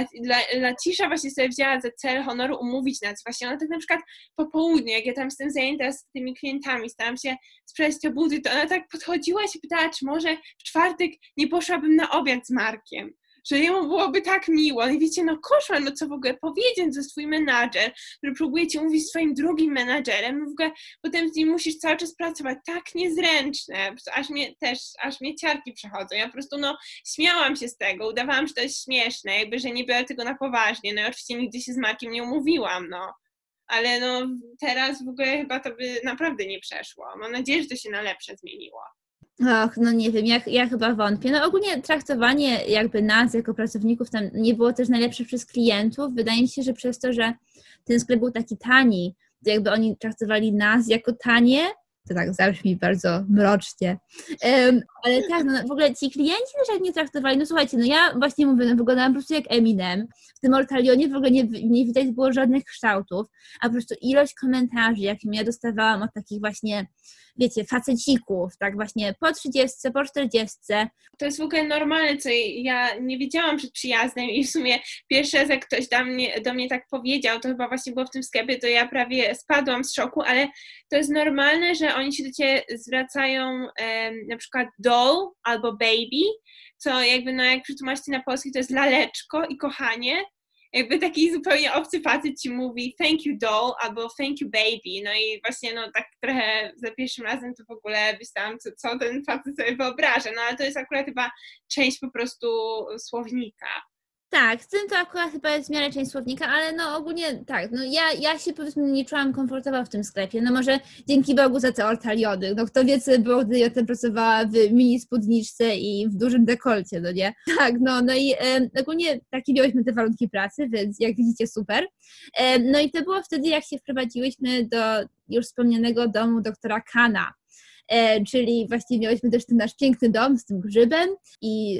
Latisza właśnie sobie wzięła za cel honoru umówić nas. Właśnie ona tak na przykład po południu, jak ja tam jestem zajęta z tymi klientami, starałam się sprzedać te buty, to ona tak podchodziła i się pytała, czy może w czwartek nie poszłabym na obiad z Markiem. Że jemu byłoby tak miło. I wiecie, no koszmar, no co w ogóle powiedzieć, że jest twój menadżer, który próbuje ci mówić swoim drugim menadżerem, no w ogóle potem z nim musisz cały czas pracować. Tak niezręczne. Aż mnie też, aż mnie ciarki przechodzą. Ja po prostu, no, śmiałam się z tego, udawałam, że to jest śmieszne, jakby, że nie biorę tego na poważnie. No i oczywiście nigdy się z Markiem nie umówiłam, no. Ale no teraz w ogóle chyba to by naprawdę nie przeszło. Mam nadzieję, że to się na lepsze zmieniło. Och, no nie wiem, ja, ja chyba wątpię. No ogólnie traktowanie jakby nas jako pracowników tam nie było też najlepsze przez klientów. Wydaje mi się, że przez to, że ten sklep był taki tani, to jakby oni traktowali nas jako tanie, to tak zabrzmi bardzo mrocznie. Um, ale tak, no w ogóle ci klienci też jak nie traktowali, no słuchajcie, no ja właśnie mówię, no wyglądałam po prostu jak Eminem. W tym Ortalionie w ogóle nie, nie widać było żadnych kształtów, a po prostu ilość komentarzy, jakie ja dostawałam od takich właśnie, wiecie, facecików, tak właśnie po trzydziestce, po czterdziestce. To jest w ogóle normalne, co ja nie wiedziałam przed przyjazdem i w sumie pierwszy raz jak ktoś do mnie, do mnie tak powiedział, to chyba właśnie było w tym sklepie, to ja prawie spadłam z szoku, ale to jest normalne, że oni się do ciebie zwracają um, na przykład doll albo baby, co jakby no jak przetłumaczyć na polski to jest laleczko i kochanie. Jakby taki zupełnie obcy facet ci mówi thank you doll albo thank you baby, no i właśnie no tak trochę za pierwszym razem to w ogóle myślałam, co, co ten facet sobie wyobraża, no ale to jest akurat chyba część po prostu słownika. Tak, z tym to akurat chyba jest w miarę część słownika, ale no ogólnie tak, no ja, ja się powiedzmy nie czułam komfortowo w tym sklepie, no może dzięki Bogu za te Ortaliony, no kto wie co było, gdy ja tam pracowała w mini spódniczce i w dużym dekolcie, no nie? Tak, no, no i e, ogólnie takie miałyśmy te warunki pracy, więc jak widzicie super. E, no i to było wtedy, jak się wprowadziłyśmy do już wspomnianego domu doktora Kana. E, czyli właściwie miałyśmy też ten nasz piękny dom z tym grzybem i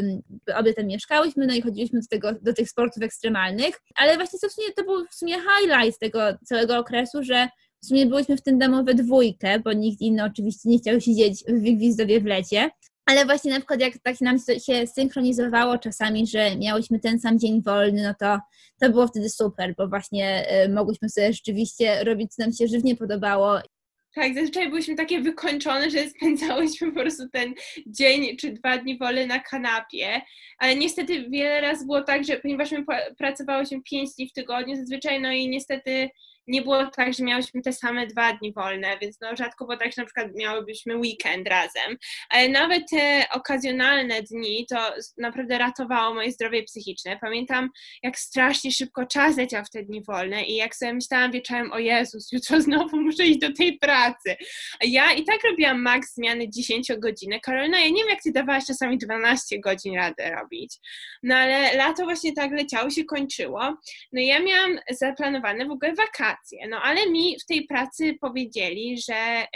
e, obie tam mieszkałyśmy, no i chodziliśmy do, tego, do tych sportów ekstremalnych, ale właśnie to, w sumie, to był w sumie highlight tego całego okresu, że w sumie byłyśmy w tym domu we dwójkę, bo nikt inny oczywiście nie chciał siedzieć w Gwizdowie w lecie. Ale właśnie na przykład jak tak nam się synchronizowało czasami, że miałyśmy ten sam dzień wolny, no to to było wtedy super, bo właśnie y, mogłyśmy sobie rzeczywiście robić, co nam się żywnie podobało. Tak, zazwyczaj byliśmy takie wykończone, że spędzałyśmy po prostu ten dzień czy dwa dni wolny na kanapie, ale niestety wiele razy było tak, że ponieważ my pracowałyśmy pięć dni w tygodniu zazwyczaj, no i niestety nie było tak, że miałyśmy te same dwa dni wolne, więc no rzadko było tak, że na przykład miałybyśmy weekend razem, ale nawet te okazjonalne dni to naprawdę ratowało moje zdrowie psychiczne. Pamiętam, jak strasznie szybko czas leciał w te dni wolne i jak sobie myślałam wieczorem, o Jezus, jutro znowu muszę iść do tej pracy. Ja i tak robiłam max zmiany dziesięciogodzinne. Karolina, ja nie wiem, jak ty dawałaś czasami dwanaście godzin radę robić, no ale lato właśnie tak leciało, się kończyło. No i ja miałam zaplanowane w ogóle wakacje. No ale mi w tej pracy powiedzieli, że,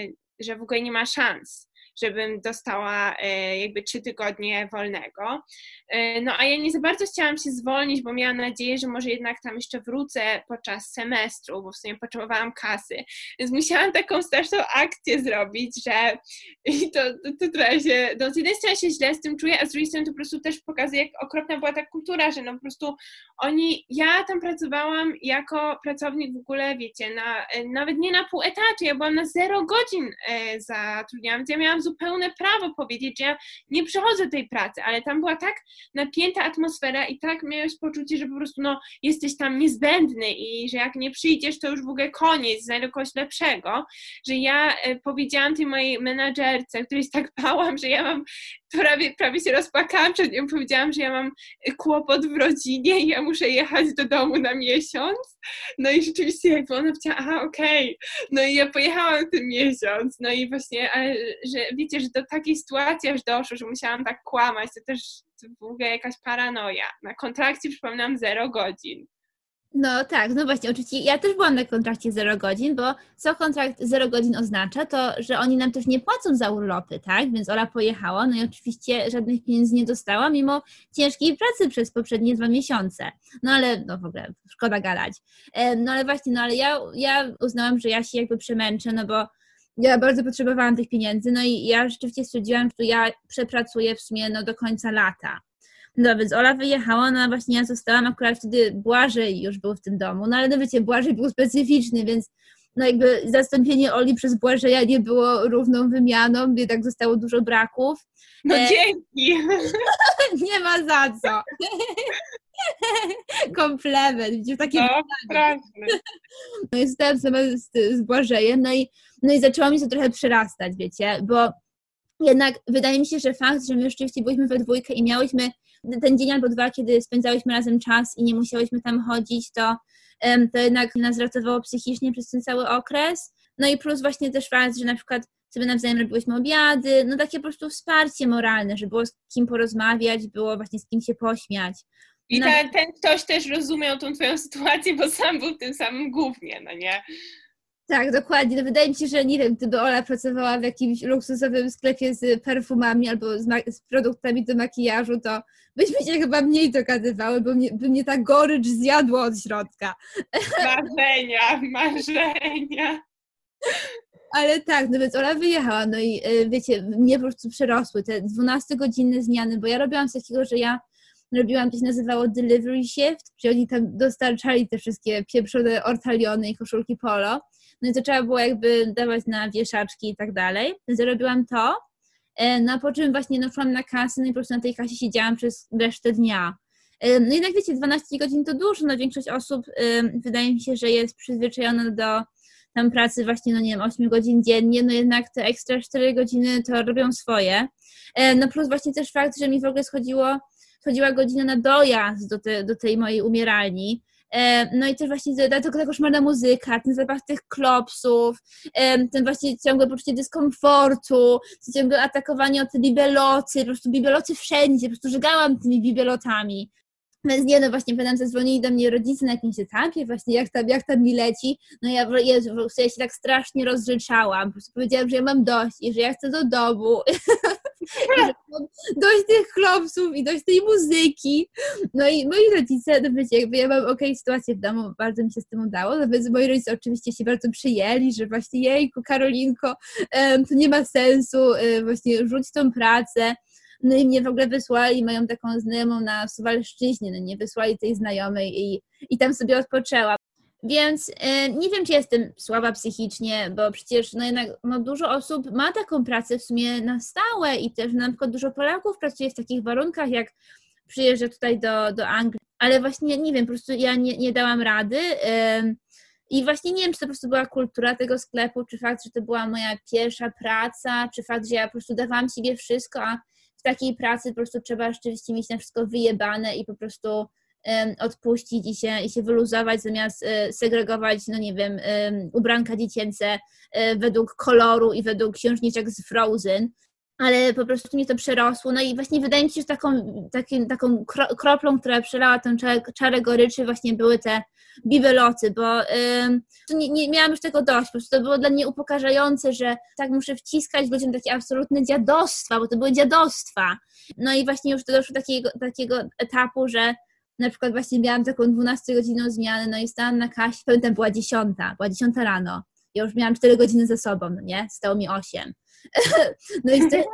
że w ogóle nie ma szans, żebym dostała jakby trzy tygodnie wolnego. No a ja nie za bardzo chciałam się zwolnić, bo miałam nadzieję, że może jednak tam jeszcze wrócę podczas semestru, bo w sumie potrzebowałam kasy. Więc musiałam taką straszną akcję zrobić, że i to, to, to trochę się, no z jednej strony się źle z tym czuję, a z drugiej strony to po prostu też pokazuje, jak okropna była ta kultura, że no po prostu oni, ja tam pracowałam jako pracownik w ogóle, wiecie, na, nawet nie na pół etatu, ja byłam na zero godzin e, zatrudniona, więc ja miałam zupełne prawo powiedzieć, że ja nie przychodzę do tej pracy, ale tam była tak napięta atmosfera i tak miałeś poczucie, że po prostu no, jesteś tam niezbędny i że jak nie przyjdziesz, to już w ogóle koniec, znajdę kogoś lepszego, że ja e, powiedziałam tej mojej menadżerce, której tak bałam, że ja mam prawie, prawie się rozpłakałam przed nią, powiedziałam, że ja mam kłopot w rodzinie i ja muszę jechać do domu na miesiąc. No i rzeczywiście jakby ona powiedziała, aha, okej. Okay. No i ja pojechałam ten miesiąc. No i właśnie, ale że wiecie, że do takiej sytuacji aż doszło, że musiałam tak kłamać, to też w ogóle jakaś paranoja. Na kontrakcie przypominam zero godzin. No tak, no właśnie, oczywiście ja też byłam na kontrakcie zero godzin, bo co kontrakt zero godzin oznacza, to że oni nam też nie płacą za urlopy, tak? Więc Ola pojechała, no i oczywiście żadnych pieniędzy nie dostała, mimo ciężkiej pracy przez poprzednie dwa miesiące. No ale, no w ogóle, szkoda gadać. No ale właśnie, no ale ja, ja uznałam, że ja się jakby przemęczę, no bo ja bardzo potrzebowałam tych pieniędzy, no i ja rzeczywiście stwierdziłam, że ja przepracuję w sumie no do końca lata. No więc Ola wyjechała, no a właśnie ja zostałam, akurat wtedy Błażej już był w tym domu, no ale no wiecie, Błażej był specyficzny, więc no jakby zastąpienie Oli przez Błażeja nie było równą wymianą, jednak zostało dużo braków. No e... dzięki! Nie ma za co. Komplement, widzisz, takie... No, straszne. No i zostałam sama z, z Błażejem, no i, no i zaczęło mi to trochę przerastać, wiecie, bo jednak wydaje mi się, że fakt, że my rzeczywiście byliśmy we dwójkę i miałyśmy ten dzień albo dwa, kiedy spędzałyśmy razem czas i nie musiałyśmy tam chodzić, to, to jednak nas ratowało psychicznie przez ten cały okres. No i plus właśnie też fakt, że na przykład sobie nawzajem robiłyśmy obiady, no takie po prostu wsparcie moralne, że było z kim porozmawiać, było właśnie z kim się pośmiać. I ta, ten ktoś też rozumiał tą twoją sytuację, bo sam był w tym samym gównie, no nie? Tak, dokładnie. No wydaje mi się, że nie wiem, gdyby Ola pracowała w jakimś luksusowym sklepie z perfumami albo z, ma- z produktami do makijażu, to byśmy się chyba mniej dogadywały, bo mnie, by mnie ta gorycz zjadła od środka. Marzenia, marzenia. Ale tak, no więc Ola wyjechała, no i wiecie, mnie po prostu przerosły te dwunastogodzinne zmiany, bo ja robiłam coś takiego, że ja robiłam, to się nazywało delivery shift, gdzie oni tam dostarczali te wszystkie pieprzone ortaliony i koszulki polo. No i to trzeba było jakby dawać na wieszaczki i tak dalej. Więc ja robiłam to, no a po czym właśnie no, szłam na kasę, no i po prostu na tej kasie siedziałam przez resztę dnia. No jednak wiecie, dwanaście godzin to dużo, no większość osób wydaje mi się, że jest przyzwyczajona do tam pracy właśnie, no nie wiem, osiem godzin dziennie, no jednak te ekstra cztery godziny to robią swoje. No plus właśnie też fakt, że mi w ogóle schodziło, schodziła godzina na dojazd do, te, do tej mojej umieralni. No i też właśnie ta, ta koszmarna muzyka, ten zapach tych klopsów, ten właśnie ciągłe poczucie dyskomfortu, ciągłe atakowanie o te bibeloty, po prostu bibeloty wszędzie, po prostu żygałam tymi bibelotami. Więc nie, no właśnie potem zadzwonili do mnie rodzice na jakimś etapie, właśnie jak tam, jak tam mi leci, no ja, Jezu, ja się tak strasznie rozrzeczałam, po prostu powiedziałam, że ja mam dość i że ja chcę do domu, i że mam dość tych klopsów i dość tej muzyki. No i moi rodzice, no wiecie, jakby ja mam okej okay, sytuację w domu, bardzo mi się z tym udało, no więc moi rodzice oczywiście się bardzo przyjęli, że właśnie jejku, Karolinko, to nie ma sensu, właśnie rzuć tą pracę. No i mnie w ogóle wysłali, mają taką znajomą na Suwalszczyźnie, no nie wysłali tej znajomej i, i tam sobie odpoczęłam. Więc e, nie wiem, czy jestem słaba psychicznie, bo przecież no jednak no, dużo osób ma taką pracę w sumie na stałe i też na przykład dużo Polaków pracuje w takich warunkach, jak przyjeżdża tutaj do, do Anglii, ale właśnie nie wiem, po prostu ja nie, nie dałam rady e, i właśnie nie wiem, czy to po prostu była kultura tego sklepu, czy fakt, że to była moja pierwsza praca, czy fakt, że ja po prostu dawałam siebie wszystko, a w takiej pracy po prostu trzeba rzeczywiście mieć na wszystko wyjebane i po prostu um, odpuścić i się, i się wyluzować, zamiast um, segregować, no nie wiem, um, ubranka dziecięce um, według koloru i według księżniczek z Frozen. Ale po prostu mnie to przerosło. No i właśnie wydaje mi się, że taką, takim, taką kroplą, która przelała tę czarę, czarę goryczy właśnie były te bibeloty, bo ym, nie, nie miałam już tego dość. Po prostu to było dla mnie upokarzające, że tak muszę wciskać ludziom takie absolutne dziadostwa, bo to były dziadostwa. No i właśnie już to doszło do takiego, takiego etapu, że na przykład właśnie miałam taką dwunastogodzinną zmianę, no i stałam na kasie, pamiętam, była dziesiąta, była dziesiąta rano. Ja już miałam cztery godziny ze sobą, no nie? Stało mi osiem. No i, te,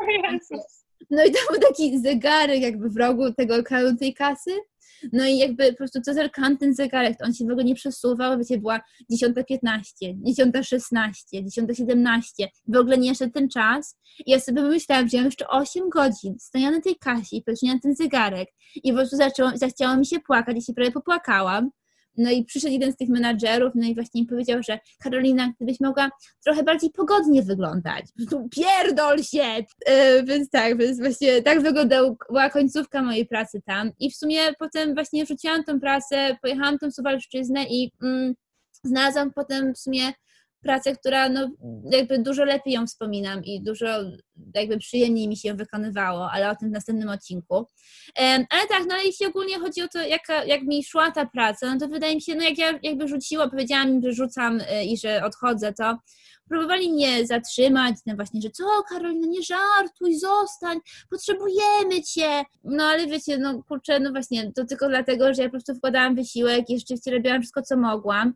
no i tam był taki zegarek jakby w rogu tego ekranu tej kasy. No i jakby po prostu co zerkałam ten zegarek, to on się w ogóle nie przesuwał, wiecie, była dziesiąta piętnaście, dziesiąta szesnaście, dziesiąta siedemnaście, w ogóle nie jeszcze ten czas. I ja sobie myślałam, że ja mam jeszcze osiem godzin, stoję na tej kasie i patrzę na ten zegarek i po prostu zaczęło, zachciało mi się płakać, ja się prawie popłakałam. No i przyszedł jeden z tych menadżerów, no i właśnie mi powiedział, że Karolina, gdybyś mogła trochę bardziej pogodnie wyglądać, po prostu pierdol się! Yy, więc tak, więc właśnie tak wyglądała końcówka mojej pracy tam i w sumie potem właśnie rzuciłam tą pracę, pojechałam tą Suwalszczyznę i mm, znalazłam potem w sumie pracę, która no jakby dużo lepiej ją wspominam i dużo jakby przyjemniej mi się wykonywało, ale o tym w następnym odcinku. Ale tak, no ale jeśli ogólnie chodzi o to, jak, jak mi szła ta praca, no to wydaje mi się, no jak ja jakby rzuciła, powiedziałam im, że rzucam i że odchodzę, to próbowali mnie zatrzymać, no właśnie, że co Karolina, nie żartuj, zostań, potrzebujemy cię. No ale wiecie, no kurczę, no właśnie, to tylko dlatego, że ja po prostu wkładałam wysiłek i rzeczywiście robiłam wszystko, co mogłam.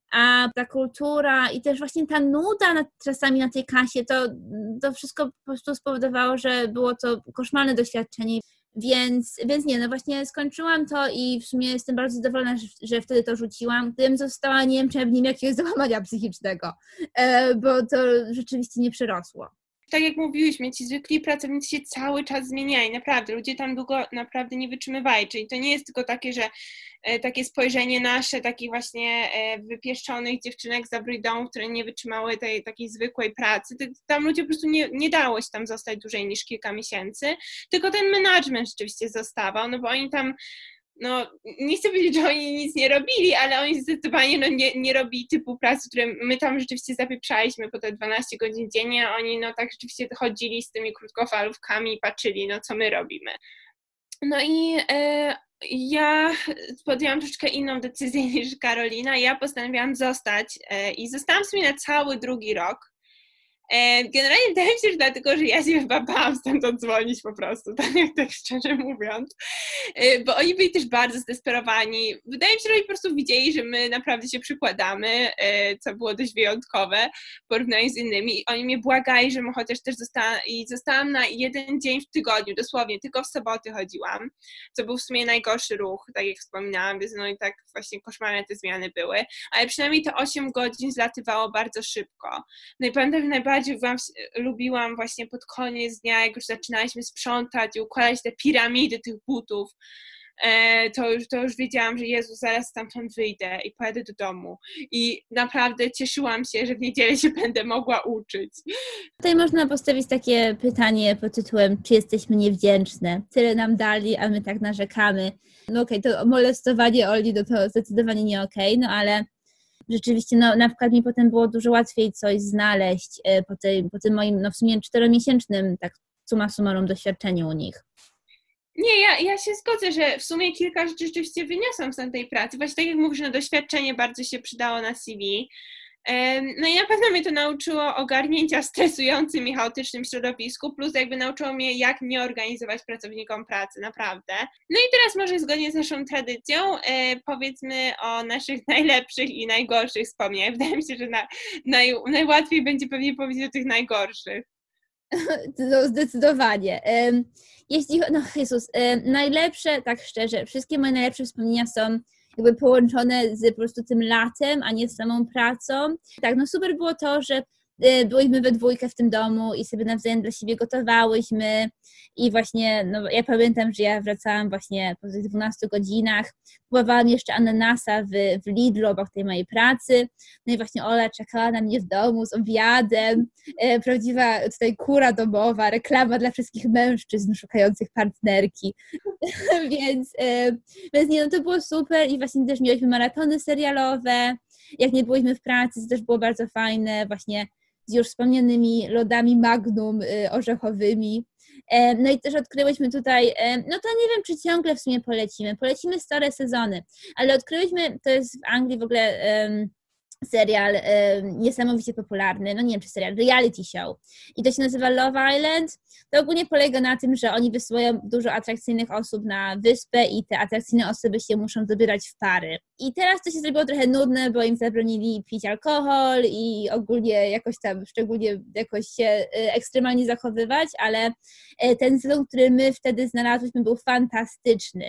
A ta kultura i też właśnie ta nuda nad, czasami na tej kasie, to, to wszystko po prostu spowodowało, że było to koszmarne doświadczenie, więc, więc nie, no właśnie skończyłam to i w sumie jestem bardzo zadowolona, że, że wtedy to rzuciłam. Gdybym została, nie wiem, czy nie jakiegoś załamania psychicznego, bo to rzeczywiście nie przerosło. Tak jak mówiłyśmy, ci zwykli pracownicy się cały czas zmieniają, naprawdę, ludzie tam długo naprawdę nie wytrzymywali, czyli to nie jest tylko takie, że e, takie spojrzenie nasze, takich właśnie e, wypieszczonych dziewczynek z dobrych domów, które nie wytrzymały tej takiej zwykłej pracy, to, tam ludzie po prostu nie, nie dało się tam zostać dłużej niż kilka miesięcy, tylko ten management rzeczywiście zostawał, no bo oni tam no nie chcę powiedzieć, że oni nic nie robili, ale oni zdecydowanie no, nie, nie robili typu pracy, które my tam rzeczywiście zapieprzaliśmy po te dwanaście godzin dziennie, a oni no tak rzeczywiście chodzili z tymi krótkofalówkami i patrzyli, no co my robimy. No i e, ja podjęłam troszeczkę inną decyzję niż Karolina, ja postanowiłam zostać e, i zostałam w sumie na cały drugi rok. Generalnie wydaje mi się, że dlatego, że ja się chyba bałam stąd odzwonić po prostu, tak, tak szczerze mówiąc, bo oni byli też bardzo zdesperowani. Wydaje mi się, że oni po prostu widzieli, że my naprawdę się przykładamy, co było dość wyjątkowe w porównaniu z innymi. I oni mnie błagali, żebym chociaż też została i zostałam na jeden dzień w tygodniu, dosłownie, tylko w soboty chodziłam, co był w sumie najgorszy ruch, tak jak wspominałam, więc no i tak właśnie koszmarne te zmiany były, ale przynajmniej te osiem godzin zlatywało bardzo szybko. No i pamiętam, że najbardziej Bardziej lubiłam właśnie pod koniec dnia, jak już zaczynaliśmy sprzątać i układać te piramidy tych butów, to już, to już wiedziałam, że Jezu, zaraz stamtąd wyjdę i pojadę do domu. I naprawdę cieszyłam się, że w niedzielę się będę mogła uczyć. Tutaj można postawić takie pytanie pod tytułem, czy jesteśmy niewdzięczne? Tyle nam dali, a my tak narzekamy. No okej, okay, to molestowanie Oli, no to zdecydowanie nie okej, okay, no ale rzeczywiście, no na przykład mi potem było dużo łatwiej coś znaleźć po, tej, po tym moim, no w sumie czteromiesięcznym, tak summa summarum doświadczeniu u nich. Nie, ja, ja się zgodzę, że w sumie kilka rzeczy rzeczywiście wyniosłam z tej pracy. Właśnie tak jak mówisz, no doświadczenie bardzo się przydało na C V. No i na pewno mnie to nauczyło ogarnięcia w stresującym i chaotycznym środowisku, plus jakby nauczyło mnie, jak nie organizować pracownikom pracy, naprawdę. No i teraz może zgodnie z naszą tradycją e, powiedzmy o naszych najlepszych i najgorszych wspomnieniach. Wydaje mi się, że na, naj, najłatwiej będzie pewnie powiedzieć o tych najgorszych. No, zdecydowanie. Jeśli, no Jezus, najlepsze, tak szczerze, wszystkie moje najlepsze wspomnienia są jakby połączone z po prostu tym latem, a nie z samą pracą. Tak, no super było to, że byliśmy we dwójkę w tym domu i sobie nawzajem dla siebie gotowałyśmy i właśnie, no ja pamiętam, że ja wracałam właśnie po tych dwunastu godzinach, kupowałam jeszcze ananasa w, w Lidlu obok tej mojej pracy, no i właśnie Ola czekała na mnie w domu z obiadem, e, prawdziwa tutaj kura domowa, reklama dla wszystkich mężczyzn szukających partnerki, więc, e, więc nie, no to było super i właśnie też mieliśmy maratony serialowe, jak nie byliśmy w pracy, to też było bardzo fajne, właśnie z już wspomnianymi lodami Magnum y, orzechowymi. E, no i też odkryłyśmy tutaj, e, no to nie wiem, czy ciągle w sumie polecimy, polecimy stare sezony, ale odkryłyśmy, to jest w Anglii w ogóle e, serial e, niesamowicie popularny, no nie wiem, czy serial, reality show i to się nazywa Love Island. To ogólnie polega na tym, że oni wysyłają dużo atrakcyjnych osób na wyspę i te atrakcyjne osoby się muszą dobierać w pary. I teraz to się zrobiło trochę nudne, bo im zabronili pić alkohol i ogólnie jakoś tam, szczególnie jakoś się ekstremalnie zachowywać, ale ten sezon, który my wtedy znalazłyśmy, był fantastyczny.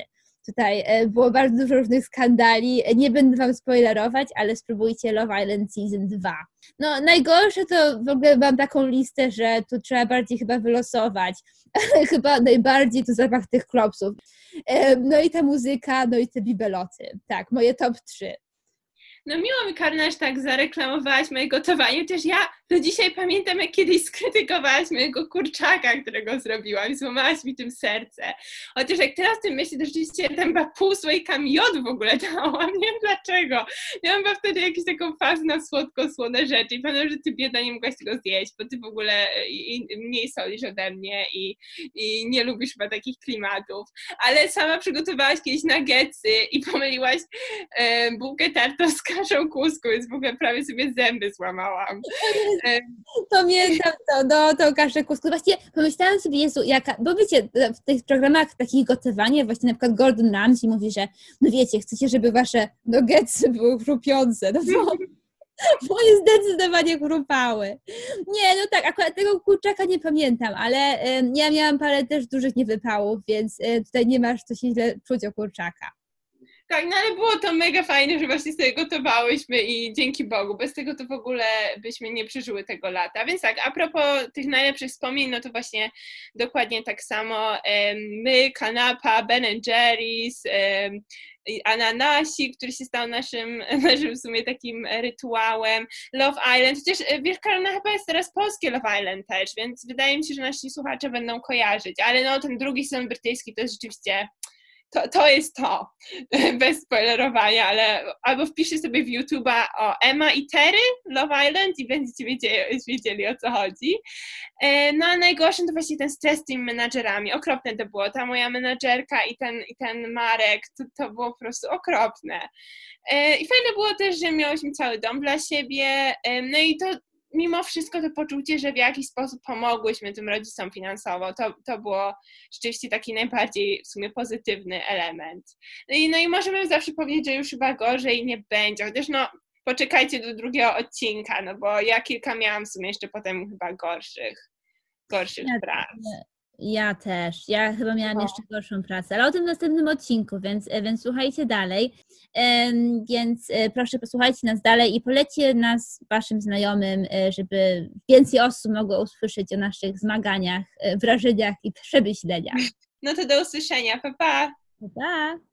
tutaj było bardzo dużo różnych skandali. Nie będę wam spoilerować, ale spróbujcie Love Island Season dwa. No najgorsze to w ogóle mam taką listę, że tu trzeba bardziej chyba wylosować. Chyba najbardziej to zapach tych klopsów. No i ta muzyka, no i te bibeloty. Tak, moje top trzy. No miło mi, Karna, że tak zareklamowałaś moje gotowanie, chociaż ja do dzisiaj pamiętam, jak kiedyś skrytykowałaś mojego kurczaka, którego zrobiłam i złamałaś mi tym serce. Chociaż jak teraz o tym myślę, to rzeczywiście tam chyba pół słoika miodu w ogóle dałam, nie wiem dlaczego. Miałam chyba wtedy jakąś taką fazę na słodko-słone rzeczy i pamiętam, że ty bieda nie mogłaś tego zjeść, bo ty w ogóle i, i mniej solisz ode mnie i, i nie lubisz chyba takich klimatów. Ale sama przygotowałaś kiedyś nuggetsy i pomyliłaś e, bułkę tartowską kaszą kusku, więc w ogóle prawie sobie zęby złamałam. Pamiętam to, no to kaszę kusku. Właściwie pomyślałam sobie, Jezu, jaka, bo wiecie, w tych programach takich gotowania, właśnie na przykład Gordon Ramsay mówi, że no wiecie, chcecie, żeby wasze nuggetsy były chrupiące, no to moje zdecydowanie chrupały. Nie, no tak, akurat tego kurczaka nie pamiętam, ale y, ja miałam parę też dużych niewypałów, więc y, tutaj nie masz co się źle czuć o kurczaka. Tak, no ale było to mega fajne, że właśnie sobie gotowałyśmy i dzięki Bogu, bez tego to w ogóle byśmy nie przeżyły tego lata. Więc tak, a propos tych najlepszych wspomnień, no to właśnie dokładnie tak samo my, kanapa, Ben and Jerry's, ananasi, który się stał naszym, naszym w sumie takim rytuałem, Love Island, chociaż wiesz, Karolina, chyba jest teraz polskie Love Island też, więc wydaje mi się, że nasi słuchacze będą kojarzyć, ale no ten drugi sezon brytyjski to jest rzeczywiście... To, to jest to, bez spoilerowania, ale albo wpiszcie sobie w YouTube'a o Emma i Terry, Love Island i będziecie wiedzieli, wiedzieli o co chodzi. No a najgorszym to właśnie ten stres z tymi menadżerami, okropne to było, ta moja menadżerka i ten, i ten Marek, to, to było po prostu okropne. I fajne było też, że miałyśmy cały dom dla siebie, no i to mimo wszystko to poczucie, że w jakiś sposób pomogłyśmy tym rodzicom finansowo, to, to było rzeczywiście taki najbardziej w sumie pozytywny element. No i, no i możemy zawsze powiedzieć, że już chyba gorzej nie będzie, chociaż no poczekajcie do drugiego odcinka, no bo ja kilka miałam w sumie jeszcze potem chyba gorszych, gorszych ja, prac. Ja też. Ja chyba miałam No. jeszcze gorszą pracę, ale o tym w następnym odcinku, więc, więc słuchajcie dalej. Więc proszę posłuchajcie nas dalej i polećcie nas waszym znajomym, żeby więcej osób mogło usłyszeć o naszych zmaganiach, wrażeniach i przemyśleniach. No to do usłyszenia. Pa, pa! Pa!